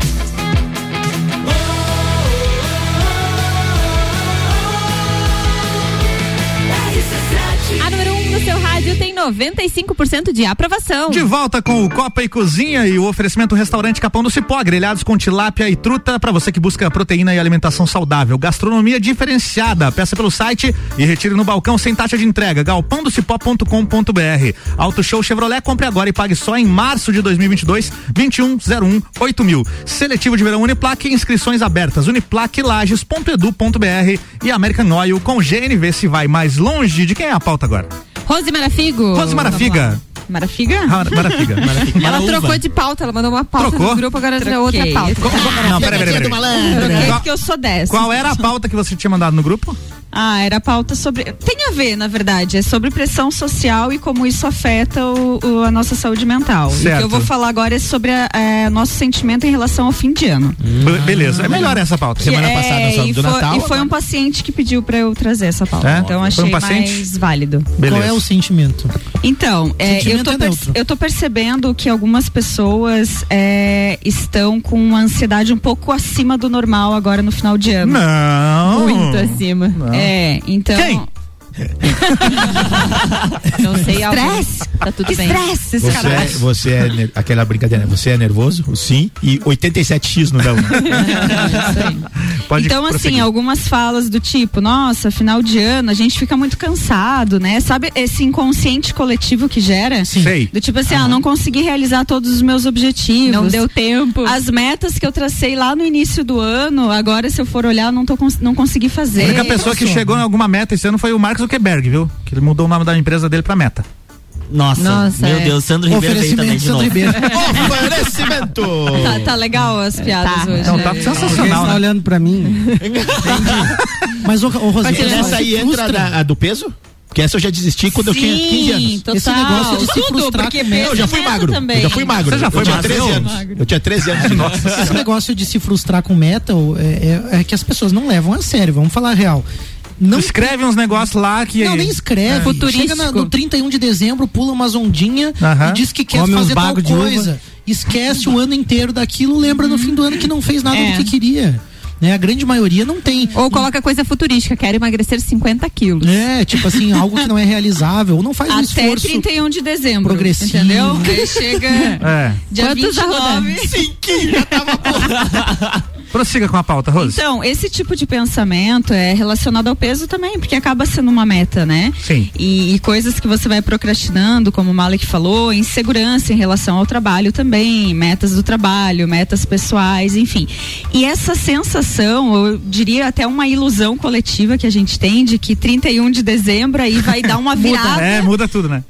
A número 1 no seu rádio tem 95% de aprovação. De volta com o Copa e Cozinha e o oferecimento Restaurante Capão do Cipó, grelhados com tilápia e truta para você que busca proteína e alimentação saudável. Gastronomia diferenciada. Peça pelo site e retire no balcão sem taxa de entrega. galpãodocipó.com.br. Auto Show Chevrolet, compre agora e pague só em março de 2022, 21018000. Seletivo de verão Uniplac, inscrições abertas. uniplaclages.edu.br e American Oil com GNV se vai mais longe. De quem é a pauta agora? Rose Marafigo. Rose Marafiga. Marafiga? Marafiga. Ela trocou de pauta, ela mandou uma pauta no grupo, agora é outra pauta. Não, peraí. Troquei porque eu sou dessa. Qual era a pauta que você tinha mandado no grupo? Era a pauta sobre. Tem a ver, na verdade, é sobre pressão social e como isso afeta a nossa saúde mental. Certo. O que eu vou falar agora é sobre nosso sentimento em relação ao fim de ano. Beleza, é melhor essa pauta. Semana passada só do Natal. E foi um paciente que pediu pra eu trazer essa pauta. Então achei mais válido. Beleza. Qual é o sentimento? Então, eu tô percebendo que algumas pessoas estão com uma ansiedade um pouco acima do normal agora no final de ano. Não. Muito acima. Não. Então. Quem? Não sei. Estresse. Tá tudo bem. Estresse, você é aquela brincadeira, você é nervoso? Sim. E 87x no não. Então, assim, algumas falas do tipo, nossa, final de ano, a gente fica muito cansado, né? Sabe esse inconsciente coletivo que gera? Sim. Do tipo assim, não consegui realizar todos os meus objetivos. Não deu tempo. As metas que eu tracei lá no início do ano, agora se eu for olhar, não consegui fazer. A única pessoa que chegou em alguma meta esse ano foi o Marcos Zuckerberg, viu? Que ele mudou o nome da empresa dele pra Meta. Nossa, meu Deus, Sandro Ribeiro veio também de novo. Oferecimento! Tá legal as piadas hoje. Então tá sensacional, tá olhando pra mim. Mas o Rosé, essa aí entra a do peso? Porque essa eu já desisti quando eu tinha 15 anos. Total. Esse negócio de se frustrar com eu já fui magro. Também. Eu já fui magro. Você já foi magro? Eu tinha 13 anos. Nossa. Esse negócio de se frustrar com meta é que as pessoas não levam a sério, vamos falar a real. Não escreve uns negócios lá que... Não, nem escreve. Chega no 31 de dezembro, pula umas ondinhas e diz que quer fazer tal coisa. Esquece o ano inteiro daquilo, lembra no fim do ano que não fez nada do que queria. Né? A grande maioria não tem. Ou coloca coisa futurística, quer emagrecer 50 quilos. Tipo assim, algo que não é realizável, ou não faz um esforço. Até 31 de dezembro. Progressivo. Entendeu? Aí chega dia 29. Sim, que já tava Prossiga com a pauta, Rose. Então, esse tipo de pensamento é relacionado ao peso também, porque acaba sendo uma meta, né? Sim. E coisas que você vai procrastinando, como o Malek falou, insegurança em relação ao trabalho também, metas do trabalho, metas pessoais, enfim. E essa sensação, eu diria até uma ilusão coletiva que a gente tem de que 31 de dezembro aí vai dar uma virada. Muda tudo, né?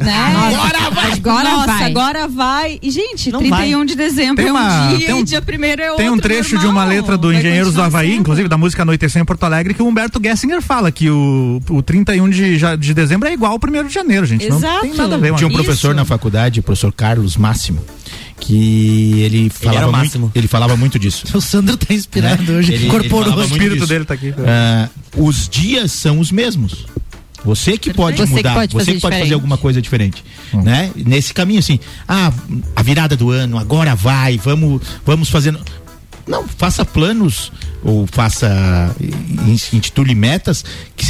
Agora vai. E, gente, não 31 de dezembro é um dia e dia 1º é outro. Tem um trecho normal. de uma letra do Engenheiros do Havaí, inclusive da música Anoitecer em Porto Alegre, que o Humberto Gessinger fala que o 31 de dezembro é igual ao 1º de janeiro, gente. Exato. Não tem nada a ver. Tinha um professor na faculdade, o professor Carlos Máximo, que ele falava muito disso. O Sandro tá inspirado hoje. Incorporou o espírito dele tá aqui. Os dias são os mesmos. Você que pode mudar, você que pode fazer alguma coisa diferente, né? Nesse caminho assim, a virada do ano, agora vai, vamos fazendo. Não, faça planos ou intitule metas que sejam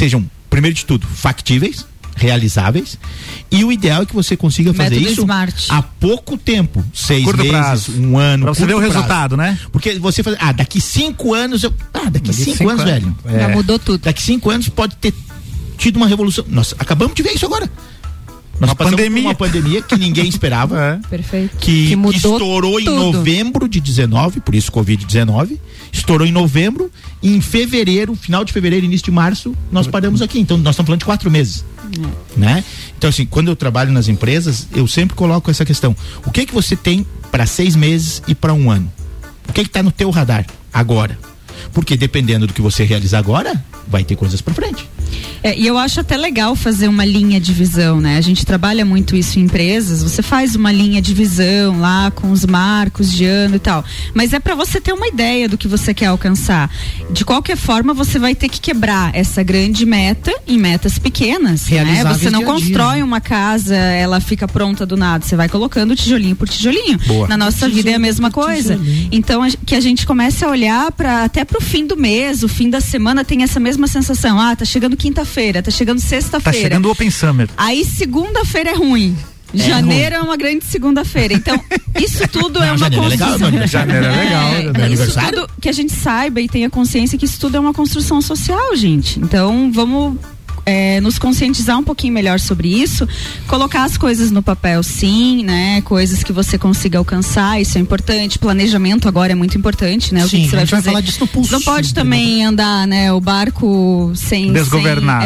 primeiro de tudo, factíveis, realizáveis, e o ideal é que você consiga fazer Método isso Smart. há pouco tempo, 6 Curto meses, prazo. um ano. Pra você ver o curto resultado, né? Porque você faz, daqui 5 anos daqui 5 anos, velho. Já mudou tudo. Daqui 5 anos pode ter tido uma revolução. Nós acabamos de ver isso agora. Nós passamos por uma pandemia que ninguém esperava. Perfeito. Que mudou estourou tudo. em novembro de 19, por isso Covid-19. Estourou em novembro e em fevereiro, final de fevereiro, início de março, nós paramos aqui. Então nós estamos falando de 4 meses. Né? Então assim, quando eu trabalho nas empresas, eu sempre coloco essa questão. O que você tem para 6 meses e para 1 ano? O que está no teu radar agora? Porque dependendo do que você realizar agora, vai ter coisas para frente. E eu acho até legal fazer uma linha de visão, né? A gente trabalha muito isso em empresas, você faz uma linha de visão lá com os marcos de ano e tal, mas é para você ter uma ideia do que você quer alcançar. De qualquer forma, você vai ter que quebrar essa grande meta em metas pequenas, né? Você não constrói uma casa, ela fica pronta do nada, você vai colocando tijolinho por tijolinho. Boa. Na nossa vida é a mesma coisa. Então, que a gente comece a olhar até pro fim do mês, o fim da semana tem essa mesma sensação, tá chegando quinta-feira, tá chegando sexta-feira. Tá chegando o Open Summer. Aí segunda-feira é ruim. Janeiro é uma grande segunda-feira. Então, isso tudo é uma construção. Janeiro é legal. Isso tudo que a gente saiba e tenha consciência que isso tudo é uma construção social, gente. Então, vamos nos conscientizar um pouquinho melhor sobre isso, colocar as coisas no papel, sim, né? Coisas que você consiga alcançar, isso é importante. Planejamento agora é muito importante, né? O sim, que você vai fazer. Falar disso no pulso. Não pode também andar, né? O barco sem desgovernado,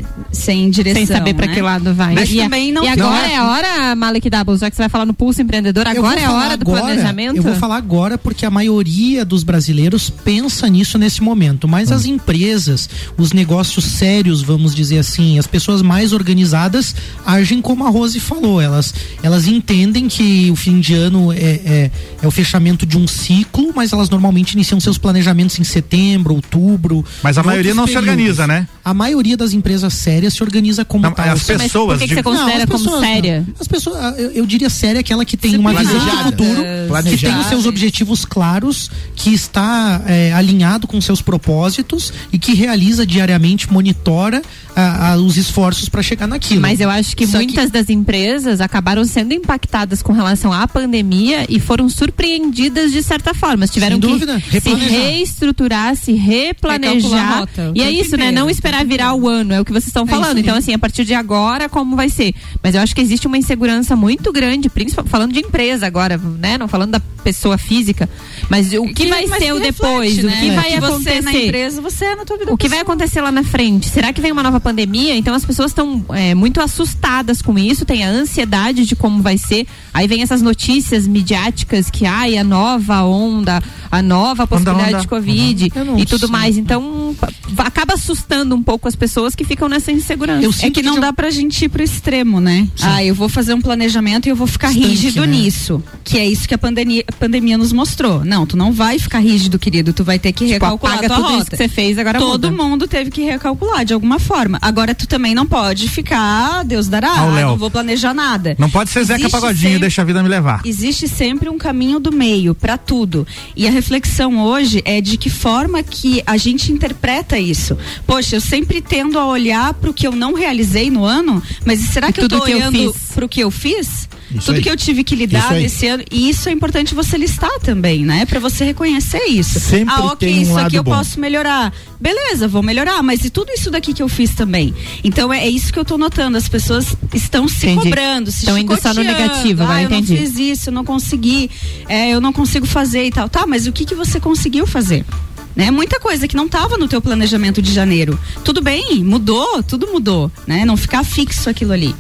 sem direção, sem saber para que lado vai. Mas também não. E agora é a hora, Malek Double, já que você vai falar no Pulso Empreendedor, agora é a hora do planejamento? Eu vou falar agora porque a maioria dos brasileiros pensa nisso nesse momento, mas as empresas, os negócios sérios, vamos dizer assim, as pessoas mais organizadas agem como a Rose falou, elas entendem que o fim de ano é o fechamento de um ciclo, mas elas normalmente iniciam seus planejamentos em setembro, outubro. Mas a maioria não períodos. Se organiza, né? A maioria das empresas sérias se organiza como não, tal. As pessoas. Mas por que você considera como séria? As pessoas, eu diria séria aquela que tem uma visão de futuro, que tem os seus objetivos claros, que está alinhado com seus propósitos e que realiza diariamente, monitora os esforços para chegar naquilo. Mas eu acho que muitas das empresas acabaram sendo impactadas com relação à pandemia e foram surpreendidas de certa forma. Tiveram que se reestruturar, se replanejar. E é isso, né? Não esperar virar o ano, é o que vocês estão falando. Então, assim, a partir de agora, como vai ser? Mas eu acho que existe uma insegurança muito grande, principalmente falando de empresa agora, né? Não falando da pessoa física, mas o que vai ser o depois, reflete, o que vai acontecer você na empresa, você é na tua vida o que vai acontecer lá na frente? Será que vem uma nova pandemia? Então as pessoas estão muito assustadas com isso, tem a ansiedade de como vai ser, aí vem essas notícias midiáticas que a nova onda, a nova possibilidade de Covid e tudo mais, então acaba assustando um pouco as pessoas que ficam nessa insegurança. É que não dá pra gente ir pro extremo, né? Eu vou fazer um planejamento e eu vou ficar rígido nisso, que é isso que a pandemia nos mostrou. Não, tu não vai ficar rígido, querido, tu vai ter que recalcular tua tudo rota. Isso que você fez, agora todo mundo teve que recalcular de alguma forma. Agora tu também não pode ficar, Deus dará, não vou planejar nada. Não pode ser Zeca Pagodinho, deixa a vida me levar. Existe sempre um caminho do meio pra tudo. E a reflexão hoje é de que forma que a gente interpreta isso. Poxa, eu sempre tendo a olhar pro que eu não realizei no ano, mas será que eu tô olhando pro que eu fiz? Isso tudo aí. Que eu tive que lidar nesse ano, e isso é importante você listar também, né? Pra você reconhecer isso. Sempre tem isso lado aqui eu bom. posso melhorar. Beleza, vou melhorar, mas e tudo isso daqui que eu fiz também? Então é isso que eu tô notando, as pessoas estão se cobrando, se estão indo só no negativo, eu não fiz isso, eu não consegui, eu não consigo fazer e tal. Tá, mas o que você conseguiu fazer? Né? Muita coisa que não estava no teu planejamento de janeiro. Tudo bem, mudou, tudo mudou, né? Não ficar fixo aquilo ali.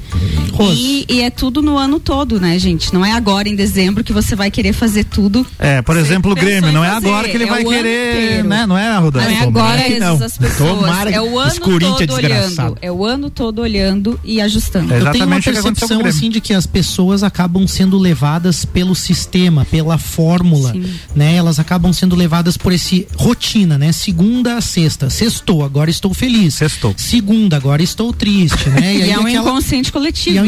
E é tudo no ano todo, né, gente? Não é agora em dezembro que você vai querer fazer tudo. Por exemplo, o Grêmio, não é agora que ele vai querer, né? Não é, Rodolfo? Não é agora as pessoas. Tomara, é o ano todo olhando. É o ano todo olhando e ajustando. Eu tenho uma percepção assim de que as pessoas acabam sendo levadas pelo sistema, pela fórmula, né? Elas acabam sendo levadas por esse rotina, né? Segunda a sexta. Sextou, agora estou feliz. Sextou. Segunda, agora estou triste, né? E é um inconsciente coletivo. E é um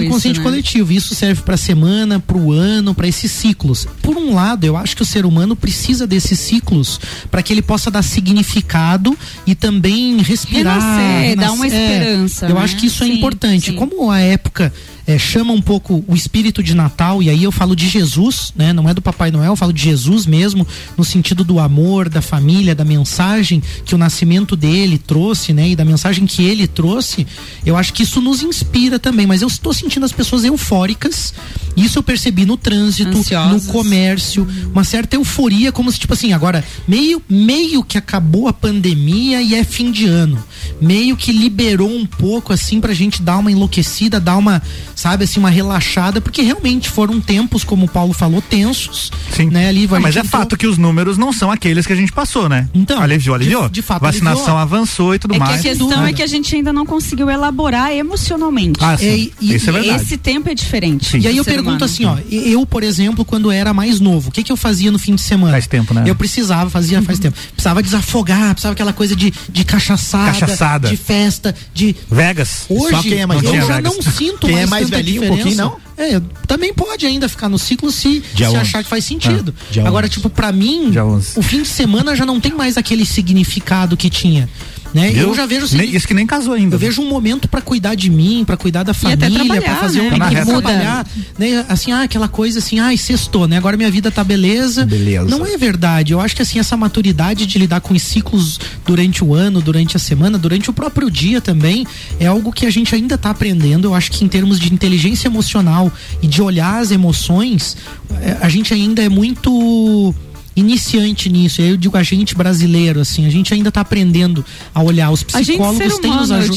inconsciente isso, né? coletivo. Isso serve pra semana, pro ano, pra esses ciclos. Por um lado, eu acho que o ser humano precisa desses ciclos para que ele possa dar significado e também respirar. Dar uma esperança. Eu né? acho que isso é importante. Como a época chama um pouco o espírito de Natal, e aí eu falo de Jesus, né? Não é do Papai Noel, eu falo de Jesus mesmo, no sentido do amor, da família, da mensagem que o nascimento dele trouxe, né? E da mensagem que ele trouxe. Eu acho que isso nos inspira também, mas eu estou sentindo as pessoas eufóricas. Isso eu percebi no trânsito, ansiosas, no comércio, uma certa euforia, como se tipo assim, agora meio que acabou a pandemia e é fim de ano. Meio que liberou um pouco assim pra gente dar uma enlouquecida, dar uma, sabe, assim, uma relaxada, porque realmente foram tempos, como o Paulo falou, tensos. Sim. Né? Ali, mas é fato que os números não são aqueles que a gente passou, né? Então, aliviou. De fato, vacinação avançou e tudo mais. Que a questão é que a gente ainda não conseguiu elaborar emocionalmente. Isso é verdade. Esse tempo é diferente. Sim. E aí eu pergunto assim, ó, eu, por exemplo, quando era mais novo, o que eu fazia no fim de semana? Faz tempo, né? Eu faz tempo. Precisava desafogar, precisava aquela coisa de cachaçada, de festa, de... Vegas. Hoje, só quem é mais eu já Vegas. não sinto quem mais é mais tanta velhinho diferença. um pouquinho, não? Também pode ainda ficar no ciclo se achar que faz sentido. Dia Agora, 11. tipo, pra mim, o fim de semana já não tem mais aquele significado que tinha. Né? Eu já vejo assim, isso que nem casou ainda. Eu vejo um momento pra cuidar de mim, pra cuidar da família, pra fazer né? trabalhar, né? Assim, aquela coisa assim, sextou, né? Agora minha vida tá beleza. Não é verdade. Eu acho que assim, essa maturidade de lidar com os ciclos durante o ano, durante a semana, durante o próprio dia também, é algo que a gente ainda tá aprendendo. Eu acho que em termos de inteligência emocional e de olhar as emoções, a gente ainda é muito iniciante nisso. Eu digo a gente brasileiro, assim, a gente ainda tá aprendendo a olhar. Os psicólogos têm nos ajudado.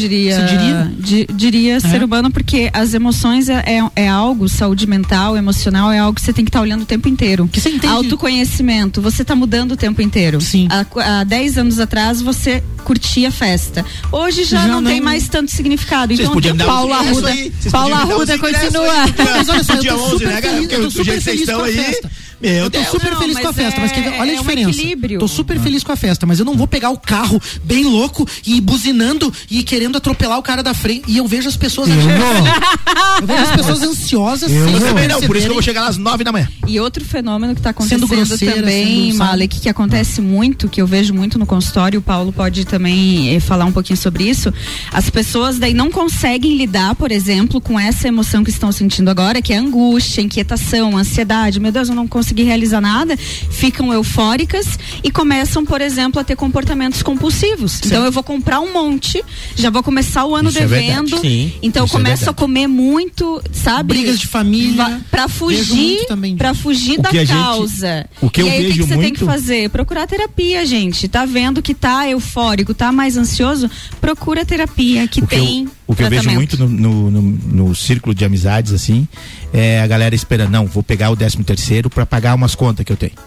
Diria ser humano, porque as emoções é algo, saúde mental, emocional, é algo que você tem que estar olhando o tempo inteiro. Que você entende? Autoconhecimento, você tá mudando o tempo inteiro. Sim. Há 10 anos atrás você curtia festa. Hoje já não tem mais tanto significado. Vocês Então, Paula Arruda continua. Mas olha só, dia 11, né, cara? Porque do jeito que vocês estão aí. Eu tô super feliz com a festa, mas olha a diferença. Equilíbrio. Tô super feliz com a festa, mas eu não vou pegar o carro bem louco e ir buzinando e querendo atropelar o cara da frente. E eu vejo as pessoas eu vejo as pessoas ansiosas. Por isso que eu vou chegar às 9 da manhã. E outro fenômeno que tá acontecendo grosseira, também, Malek, que acontece muito, que eu vejo muito no consultório, o Paulo pode também falar um pouquinho sobre isso. As pessoas daí não conseguem lidar, por exemplo, com essa emoção que estão sentindo agora, que é angústia, inquietação, ansiedade. Meu Deus, eu não consegui realizar nada, ficam eufóricas e começam, por exemplo, a ter comportamentos compulsivos. Sim. Então eu vou comprar um monte, já vou começar o ano devendo, então eu começo a comer muito, sabe? Brigas de família. Pra fugir da causa. O que eu aí, vejo o que você tem que fazer? Procurar terapia, gente. Tá vendo que tá eufórico, tá mais ansioso? Procura terapia, O que eu vejo muito no círculo de amizades, assim, é a galera esperando, não, vou pegar o 13º pra pagar umas contas que eu tenho.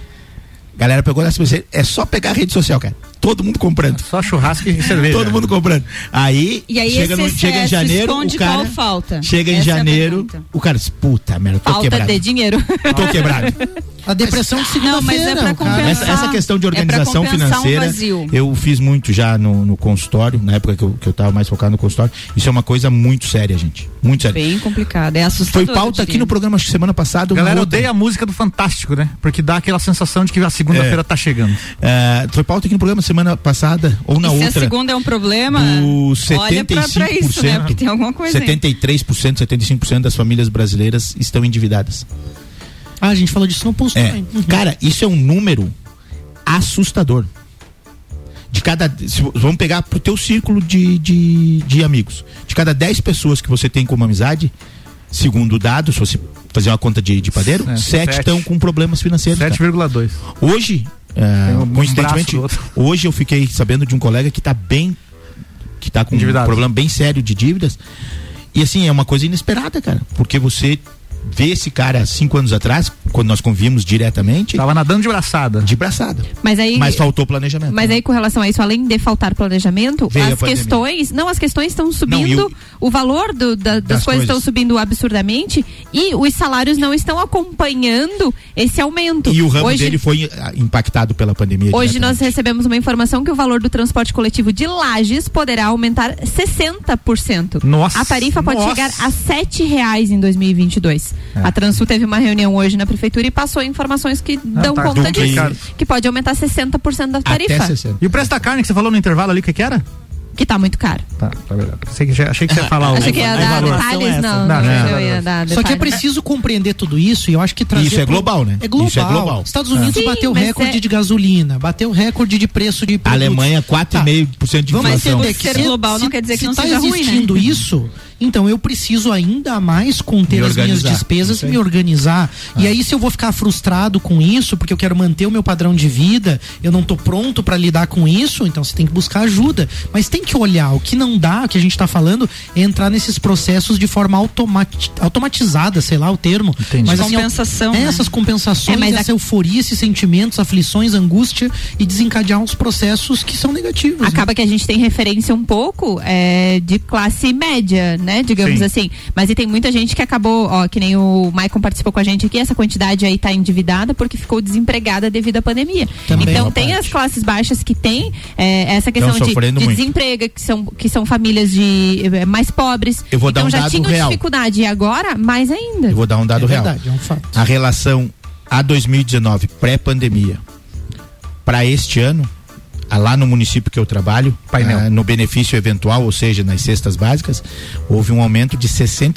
Galera pegou o 13º, é só pegar a rede social, cara. Todo mundo comprando. Só churrasco e cerveja. Todo mundo comprando. Aí chega em janeiro, o cara chega em janeiro, o cara diz, puta merda, tô falta quebrado. De dinheiro. Tô quebrado. A depressão de segunda-feira. Mas é pra compensar. Essa questão de organização financeira, eu fiz muito já no consultório, na época que eu tava mais focado no consultório. Isso é uma coisa muito séria, gente. Muito séria. Bem complicado, é assustador. Foi pauta aqui no programa semana passada. A galera odeia a música do Fantástico, né? Porque dá aquela sensação de que a segunda-feira tá chegando. Foi pauta aqui no programa semana passada, ou na outra. Se a segunda é um problema, olha pra isso, né? Porque tem alguma coisa 73%, 75% das famílias brasileiras estão endividadas. A gente falou disso no post também. Cara, isso é um número assustador. Vamos pegar pro teu círculo de amigos. De cada 10 pessoas que você tem como amizade, segundo dados, se você fazer uma conta de padeiro, 7 estão com problemas financeiros. 7,2. Hoje, coincidentemente, hoje eu fiquei sabendo de um colega que tá com um problema bem sério de dívidas. E assim, é uma coisa inesperada, cara. Porque você ver esse cara 5 anos atrás, quando nós convivimos diretamente. Tava nadando de braçada. Mas faltou planejamento. Mas aí, com relação a isso, além de faltar planejamento, as questões estão subindo, o valor das coisas estão subindo absurdamente e os salários não estão acompanhando esse aumento. E o ramo dele foi impactado pela pandemia. Hoje nós recebemos uma informação que o valor do transporte coletivo de Lages poderá aumentar 60%. Nossa. A tarifa pode chegar a R$7 em 2022. A Transul teve uma reunião hoje na prefeitura e passou informações que dão conta disso. Que pode aumentar 60% da tarifa. E o preço da carne que você falou no intervalo ali, o que era? Que tá muito caro. Tá verdade. Achei que você ia falar Achei que ia dar detalhes, não ia dar detalhes. Só que é preciso compreender tudo isso e eu acho que trazer... Isso é global, né? É global. Isso é global. Estados Unidos bateu recorde de gasolina, bateu recorde de preço de produtos. Alemanha, 4,5% de inflação. Mas ser global não quer dizer que não seja ruim, né? Se tá existindo isso, então eu preciso ainda mais conter as minhas despesas e me organizar. E aí, se eu vou ficar frustrado com isso, porque eu quero manter o meu padrão de vida, eu não tô pronto para lidar com isso, então você tem que buscar ajuda. Mas tem que olhar, o que não dá, o que a gente tá falando, é entrar nesses processos de forma automatizada, sei lá o termo. Entendi. Mas assim, compensação, né? Essas compensações, essa euforia, esses sentimentos, aflições, angústia e desencadear uns processos que são negativos. Acaba que a gente tem referência um pouco de classe média, né? Digamos assim. Mas e tem muita gente que acabou, que nem o Maicon participou com a gente aqui, essa quantidade aí tá endividada porque ficou desempregada devido à pandemia. Também então tem as classes baixas que tem essa questão de desemprego, que são famílias de mais pobres. Eu vou dar então um já tinham real. dificuldade e agora mais ainda. Eu vou dar um dado real. Verdade, é um fato. A relação a 2019, pré-pandemia, para este ano, lá no município que eu trabalho, no benefício eventual, ou seja, nas cestas básicas, houve um aumento de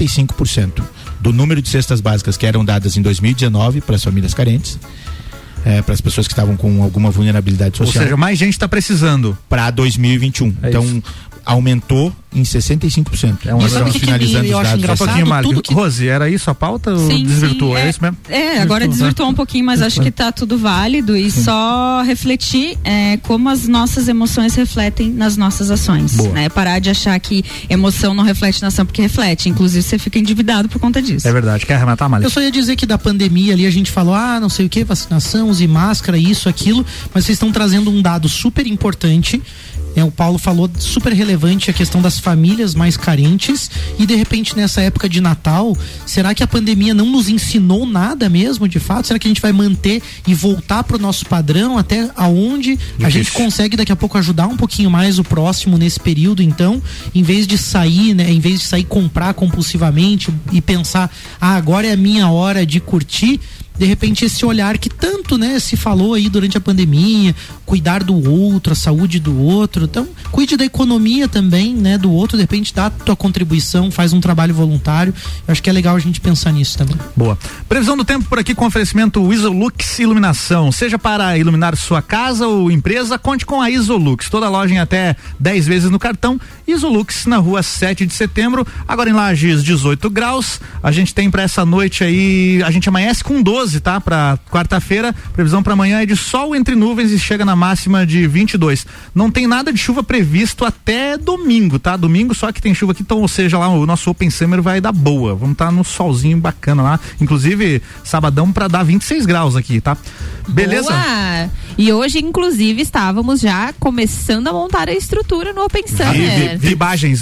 65% do número de cestas básicas que eram dadas em 2019 para as famílias carentes, para as pessoas que estavam com alguma vulnerabilidade social. Ou seja, mais gente está precisando. Para 2021. Então, aumentou em 65%. Finalizando os dados. Um pouquinho, Mário. Rose, era isso a pauta ou desvirtuou? É isso mesmo? Agora desvirtuou um pouquinho, mas acho que tá tudo válido e só refletir como as nossas emoções refletem nas nossas ações. Né? Parar de achar que emoção não reflete na ação, porque reflete. Inclusive, você fica endividado por conta disso. É verdade. Quer arrematar, Mário? Eu só ia dizer que da pandemia ali a gente falou, não sei o que, vacinação, use máscara, isso, aquilo, mas vocês estão trazendo um dado super importante. O Paulo falou super relevante a questão das famílias mais carentes e de repente nessa época de Natal, será que a pandemia não nos ensinou nada mesmo de fato? Será que a gente vai manter e voltar pro nosso padrão até aonde a gente consegue daqui a pouco ajudar um pouquinho mais o próximo nesse período? Então, em vez de sair, né, em vez de sair comprar compulsivamente e pensar, agora é a minha hora de curtir, de repente esse olhar que tanto, né, se falou aí durante a pandemia, cuidar do outro, a saúde do outro, então cuide da economia também, né, do outro, de repente dá a tua contribuição, faz um trabalho voluntário, eu acho que é legal a gente pensar nisso também. Boa. Previsão do tempo por aqui com oferecimento Isolux Iluminação, seja para iluminar sua casa ou empresa, conte com a Isolux, toda loja em até 10 vezes no cartão, Isolux na rua 7 de setembro, agora em Lages 18 graus, a gente tem para essa noite aí, a gente amanhece com 12, tá? Para quarta-feira, previsão para amanhã é de sol entre nuvens e chega na máxima de 22. Não tem nada de chuva previsto até domingo, tá? Domingo só que tem chuva aqui, então, ou seja, lá o nosso Open Summer vai dar boa. Vamos estar no solzinho bacana lá, inclusive sabadão para dar 26 graus aqui, tá? Beleza? Boa. E hoje, inclusive, estávamos já começando a montar a estrutura no Open Summer. Vibagens.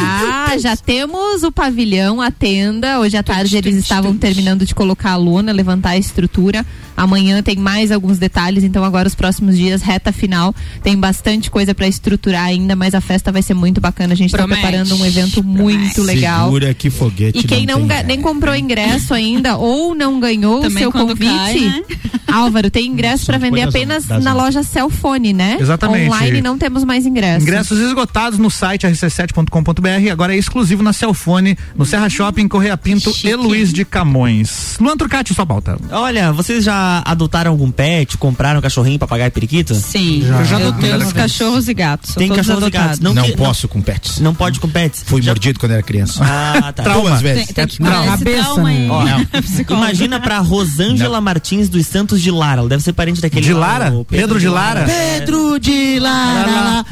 Já temos o pavilhão, a tenda. Hoje à tarde eles estavam terminando de colocar a lona, levantar a estrutura. Amanhã tem mais alguns detalhes, então agora os próximos dias, reta final, tem bastante coisa para estruturar ainda, mas a festa vai ser muito bacana. A gente está preparando um evento muito legal. Segura que foguete. E quem nem comprou ingresso ainda ou não ganhou o seu convite, cai, né? Álvaro, tem ingresso para vender apenas na loja Cellfone, né? Exatamente. Online não temos mais ingressos. Ingressos esgotados no site rc7.com.br, agora é exclusivo na Cellfone, no Serra Shopping, Correia Pinto e Luiz de Camões. Luan Turcati, sua pauta. Olha, vocês já adotaram algum pet? Compraram um cachorrinho, papagaio, periquito? Sim, eu já adotei os cachorros e gatos. Tem cachorros adotados. e gatos. Não posso com pets. Não pode com pets? Fui mordido quando era criança. Ah, tá. Duas vezes. Tem que Na cabeça, né? Imagina pra Rosângela Martins dos Santos de Lara. Ela deve ser parente daquele. De Lara? Pedro de Lara? Pedro de Lara.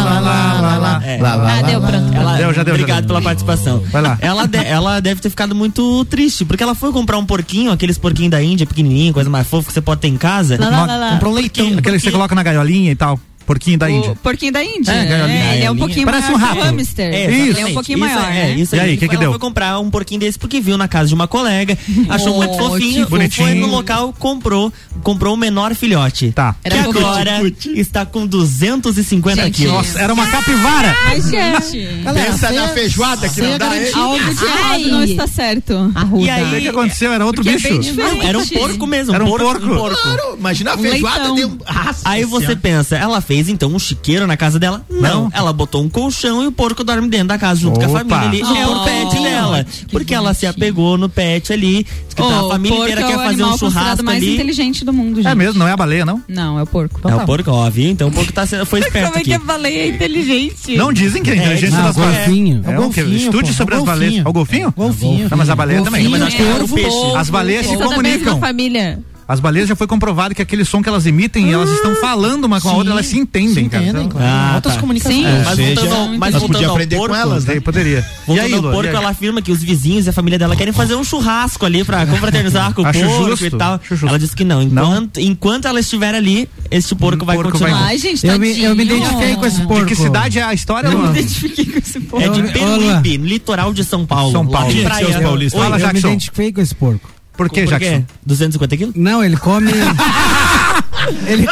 Deu, pronto. Já deu. Obrigado pela participação. Vai lá. Ela deve ter ficado muito triste, porque ela foi comprar um porquinho, aqueles porquinhos da Índia, pequenininho, coisa mais fofa que você pode ter em casa. Comprou um leitão. Aquele que você coloca na gaiolinha e tal. Porquinho da Índia. O porquinho da Índia. Ele é um pouquinho parece maior um rato. que o hamster. Isso. Ele é um pouquinho maior. Isso e aí, o que deu? deu? Ela foi comprar um porquinho desse porque viu na casa de uma colega, achou muito fofinho, bonitinho. foi no local, comprou o menor filhote. Tá. Que agora está com 250 quilos. Nossa, era uma capivara. Ai, gente. Pensa na feijoada que não dá, hein? Algo de errado não está certo. E aí, O que aconteceu? Era outro bicho. Não, era um porco mesmo. Era um porco. Claro, imagina a feijoada de um... Aí você pensa, ela fez então um chiqueiro na casa dela? Não. Ela botou um colchão e o porco dorme dentro da casa junto com a família ali. É o pet dela. Porque ela se apegou no pet ali. Que a família inteira quer fazer um churrasco mais ali. inteligente do mundo, gente. É mesmo, não é a baleia, não? Não, é o porco. É o porco, ó, viu? Então o porco foi esperto Como é aqui. que a baleia é inteligente? Não dizem que é inteligente das Não, baleias. golfinho. É um estude sobre as baleias. É o golfinho? Golfinho. Não, mas a baleia também. Golfinho, Mas acho que é o corvo, peixe. As baleias se toda a mesma comunicam. família. As baleias já foi comprovado que aquele som que elas emitem, elas estão falando uma com a outra, elas se entendem, cara. Claro. Altas comunicações. Mas voltando ao aprender porco, com elas, né? Poderia. Voltando ao porco, ela afirma que os vizinhos e a família dela querem fazer um churrasco ali pra confraternizar com o Acho porco justo, e tal. acho justo. Ela disse que não. Enquanto ela estiver ali, este porco vai continuar. Ai, gente, Eu me identifiquei com esse porco. De que cidade é a história, Eu me Luan? identifiquei com esse porco. É de Peruíbe, no litoral de São Paulo. São Paulo. Lá de Praia. Praia. Paulista. Fala, Eu me Jackson. identifiquei com esse porco. Por que, Jackson? 250 quilos? Não, ele come. Ele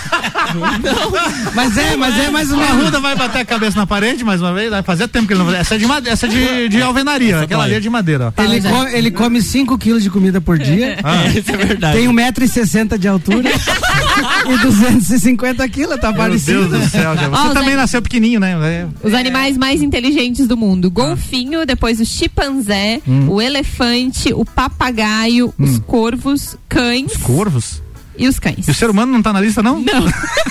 mas é mais ou A menos. Ruda vai bater a cabeça na parede mais uma vez? Vai fazer tempo que ele não. Essa é de alvenaria, aquela ali é de madeira. Ó. Ele come 5 quilos de comida por dia. Isso é verdade. Tem 1,60 m de altura e 250 quilos, tá parecido. Meu Deus do céu, já. Você também nasceu pequenininho, né? Os animais mais inteligentes do mundo. Golfinho, depois o chimpanzé, o elefante, o papagaio, os corvos, cães. Os corvos? E os cães. E o ser humano não tá na lista, não? Não.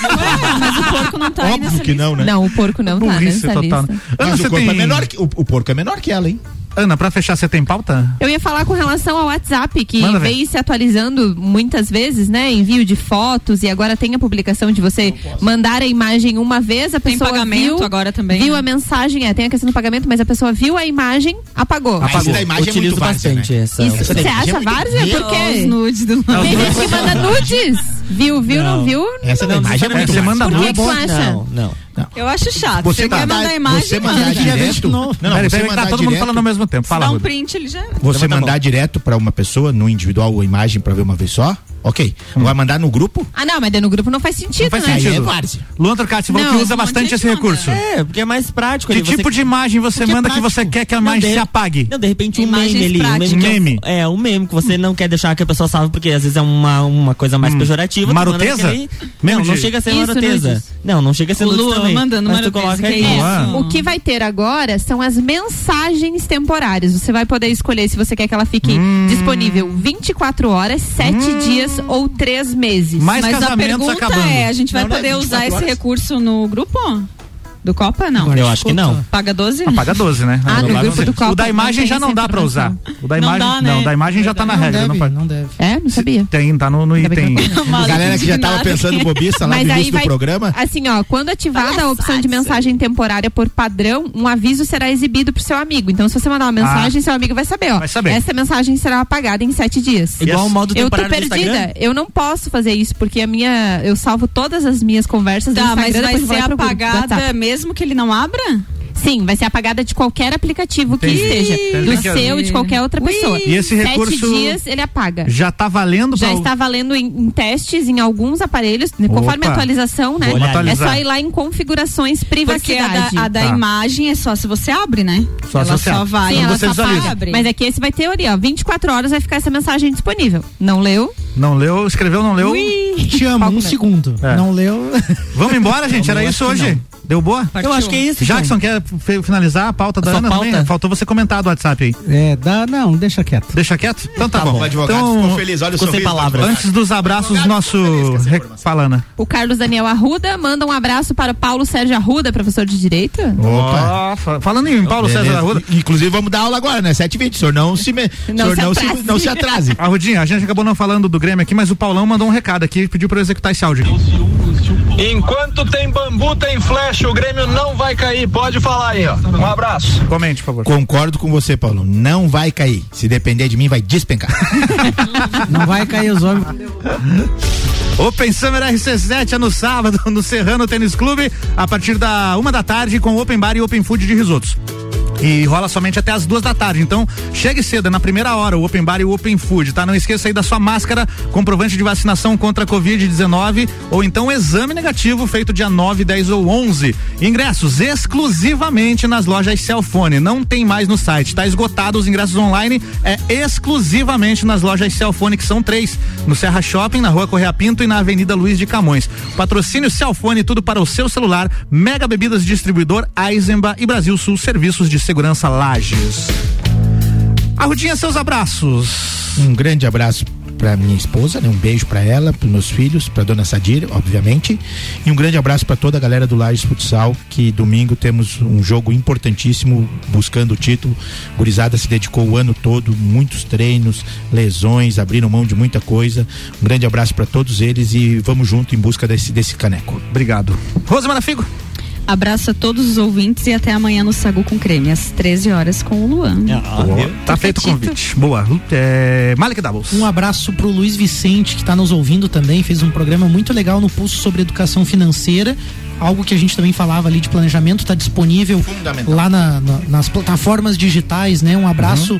Mas o porco não tá aí nessa Óbvio que lista. não, né? Não, o porco não tá Burrice nessa total. lista. Ana, Mas você o corpo tem... é menor que, o porco é menor que ela, hein? Ana, pra fechar, você tem pauta? Eu ia falar com relação ao WhatsApp, que Manda ver. vem se atualizando muitas vezes, né? Envio de fotos e agora tem a publicação de você mandar a imagem uma vez, a Tem pessoa pagamento viu, agora também. viu né? a mensagem, tem a questão do pagamento, mas a pessoa viu a imagem, apagou. Mas da imagem é muito várzea, bastante né? essa. Isso, você acha várzea? Por Os quê? nudes do Tem gente que manda nudes. Viu, não viu? Essa da imagem é muito Você manda Por que nudes. tu acha? Não. Eu acho chato. Você Você quer mandar- mandar a imagem, você mandar manda. direto. Não, Peraí, você que tá mandar todo mundo direto. falando ao mesmo tempo. Fala, Dá um Ruda. print, ele já. Você Levanta a mandar mão. direto pra uma pessoa, no individual, a imagem pra ver uma vez só, ok. Vai mandar no grupo? Ah, não, mas daí no grupo não faz sentido, Não faz né? Aí é sentido. várzea. Luan Turcati, você falou Não, que usa um monte bastante de esse gente recurso. É, porque é mais prático. Que ali, você- tipo de imagem você Porque é manda que prático. você quer que a Não, imagem de- se apague? Não, de repente um Imagens meme ali. práticas. Um Meme. um meme que você não quer deixar que a pessoa salve, porque às vezes é uma coisa mais pejorativa. tu manda Maroteza? aquele- Meme Não, não de- chega a ser Isso, maroteza. nudes. Não chega a ser O nudes Luan também. mandando Mas tu maroteza, coloca que aí. isso? Ah. O que vai ter agora são as mensagens temporárias. Você vai poder escolher se você quer que ela fique disponível 24 horas, 7 dias ou 3 meses. Mais Mas a casamentos pergunta acabando. é, a gente vai Não, não é poder usar 24 esse horas. recurso no grupo? Do Copa, não? Eu acho que não. Paga 12? Paga 12, né? Ah, no grupo do Copa. O da imagem não já tem não essa dá pra usar. informação. O da Não imagem, dá, né? não, o da imagem já tá na Não regra, deve, não pode. não deve. É? Não sabia. Tem, tá no item. A galera que já tava pensando bobiça lá Mas no aí início do vai, programa. assim, ó, quando ativada a opção de mensagem temporária por padrão, um aviso será exibido pro seu amigo. Então, se você mandar uma mensagem, seu amigo vai saber, ó. Vai saber. Essa mensagem será apagada em 7 dias. Igual o modo Eu tô temporário do perdida. Instagram. Eu não posso fazer isso, porque eu salvo todas as minhas conversas do Tá, mas Instagram. vai depois ser pro grupo do apagada WhatsApp. mesmo que ele não abra? Sim, vai ser apagada de qualquer aplicativo que Entendi. esteja. Entendi. Do seu e de qualquer outra pessoa. E esse 7 recurso dias ele apaga. já tá valendo Já pra... está valendo em testes em alguns aparelhos, conforme a atualização, né? Vou olhar É atualizar. só ir lá em configurações Porque privacidade. a da Tá. imagem é só se você abre, né? Só se ela você só abre. vai. Sim, Quando ela você só visualiza. abre. Mas aqui esse vai ter ali, ó, 24 horas vai ficar essa mensagem disponível. Não leu? Não leu, escreveu, não leu. Te amo, Palco um mesmo. segundo. É. Não leu. Vamos embora, gente, era Eu isso acho que hoje. Deu boa? Partiu. Eu acho que é isso. Jackson, quer finalizar a pauta da Ana também? Faltou você comentar do WhatsApp aí. Não, deixa quieto. Deixa quieto? Então tá bom. O advogado ficou feliz, olha o sorriso. Sem palavras. Antes dos abraços, nosso... Fala, Ana. O Carlos Daniel Arruda manda um abraço para o Paulo Sérgio Arruda, professor de Direito. Opa! Falando em Paulo César Arruda. Inclusive vamos dar aula agora, né? 7h20. O senhor não se atrase. Arrudinha, a gente acabou não falando do Grêmio aqui, mas o Paulão mandou um recado aqui, pediu pra eu executar esse áudio. Enquanto tem bambu, tem flecha, o Grêmio não vai cair. Pode falar aí, ó. Um abraço. Comente, por favor. Concordo com você, Paulo. Não vai cair. Se depender de mim, vai despencar. Não vai cair os homens. Open Summer RC7 é no sábado, no Serrano Tênis Clube, a partir da 1h com Open Bar e Open Food de risotos. E rola somente até as 2h. Então, chegue cedo, é na primeira hora, o Open Bar e o Open Food, tá? Não esqueça aí da sua máscara, comprovante de vacinação contra a Covid-19 ou então exame negativo feito dia 9, 10 ou 11. Ingressos exclusivamente nas lojas Cellfone, não tem mais no site, tá esgotado os ingressos online, é exclusivamente nas lojas Cellfone, que são 3, no Serra Shopping, na Rua Correia Pinto e na Avenida Luiz de Camões. Patrocínio Cellfone, tudo para o seu celular, Mega Bebidas Distribuidor, Eisenbach e Brasil Sul Serviços de Segurança Lages. Arrudinha, seus abraços. Um grande abraço para minha esposa, né? Um beijo para ela, para meus filhos, para dona Sadir, obviamente, e um grande abraço para toda a galera do Lages Futsal, que domingo temos um jogo importantíssimo buscando o título. Gurizada se dedicou o ano todo, muitos treinos, lesões, abriram mão de muita coisa. Um grande abraço para todos eles e vamos junto em busca desse caneco. Obrigado. Rosa Figo. Abraço a todos os ouvintes e até amanhã no Sagu com Creme, às 13h com o Luan. Tá feito o convite. Boa. Malik Doubles. Um abraço pro Luiz Vicente, que tá nos ouvindo também, fez um programa muito legal no Pulso sobre educação financeira. Algo que a gente também falava ali de planejamento, tá disponível lá nas plataformas digitais, né? Um abraço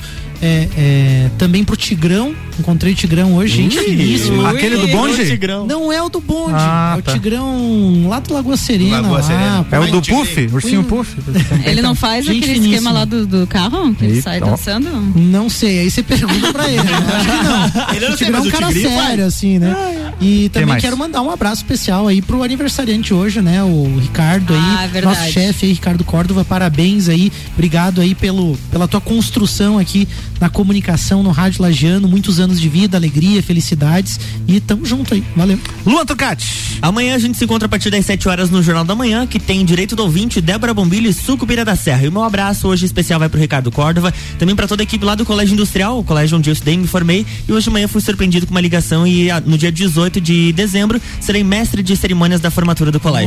também pro Tigrão. Encontrei o Tigrão hoje, gente finíssima. Aquele do bonde? Não é o do bonde, é o Tigrão lá do Lagoa Serena. É o do Puff? Ursinho Puff? Ele não faz aquele esquema lá do carro? Que ele sai dançando? Não sei, aí você pergunta pra ele. Acho que não. Ele não o Tigrão é um cara sério, assim, né? E também quero mandar um abraço especial aí pro aniversariante hoje, né? O Ricardo aí, nosso chefe aí, Ricardo Córdova, parabéns aí, obrigado aí pela tua construção aqui na comunicação, no Rádio Lagiano, muitos anos de vida, alegria, felicidades e tamo junto aí, valeu. Luan Turcati. Amanhã a gente se encontra a partir das 7h no Jornal da Manhã, que tem Direito do Ouvinte, Débora Bombilho e Sucupira da Serra. E o meu abraço hoje especial vai pro Ricardo Córdova, também pra toda a equipe lá do Colégio Industrial, o colégio onde eu estudei, me formei, e hoje de manhã fui surpreendido com uma ligação e no dia 18 de dezembro serei mestre de cerimônias da formatura do colégio.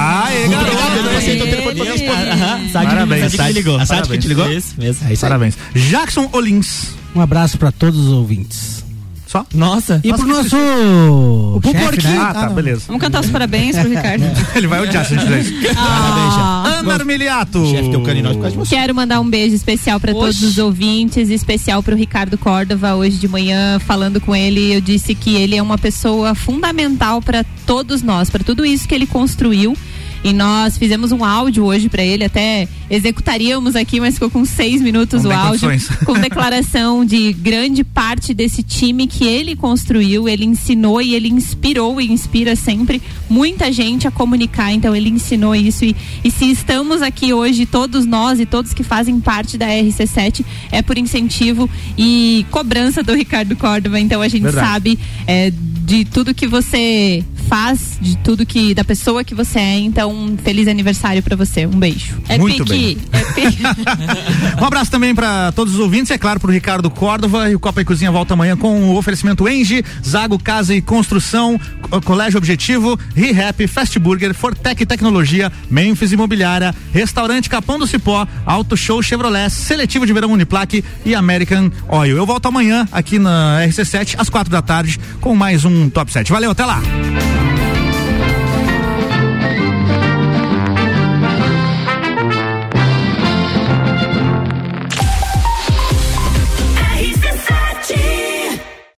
Parabéns. A Sati que te ligou? Isso mesmo. Parabéns. Jackson Olins. Um abraço para todos os ouvintes. Só? Nossa. E pro nosso o chefe, né? Tá, beleza. Vamos cantar os parabéns pro Ricardo. Ele vai odiar se a gente fizer isso. Ana Armiliato. Chefe deu carinho por causa de você. Quero mandar um beijo especial para todos os ouvintes, especial pro Ricardo Córdova. Hoje de manhã, falando com ele, eu disse que ele é uma pessoa fundamental para todos nós, para tudo isso que ele construiu. E nós fizemos um áudio hoje pra ele, até executaríamos aqui, mas ficou com 6 minutos o áudio, com declaração de grande parte desse time que ele construiu, ele ensinou e ele inspirou e inspira sempre muita gente a comunicar, então ele ensinou isso e se estamos aqui hoje, todos nós e todos que fazem parte da RC7, é por incentivo e cobrança do Ricardo Córdova, então a gente sabe de tudo que você faz, de tudo que, da pessoa que você é, então um feliz aniversário pra você, um beijo. Muito bem. Um abraço também pra todos os ouvintes, é claro pro Ricardo Córdova, e o Copa e Cozinha volta amanhã com o oferecimento Engie, Zago Casa e Construção, Colégio Objetivo, ReHap, Fast Burger, Fortec Tecnologia, Memphis Imobiliária, Restaurante Capão do Cipó, Auto Show Chevrolet, Seletivo de Verão Uniplaque e American Oil. Eu volto amanhã aqui na RC7 às 4 da tarde com mais um Top 7. Valeu, até lá!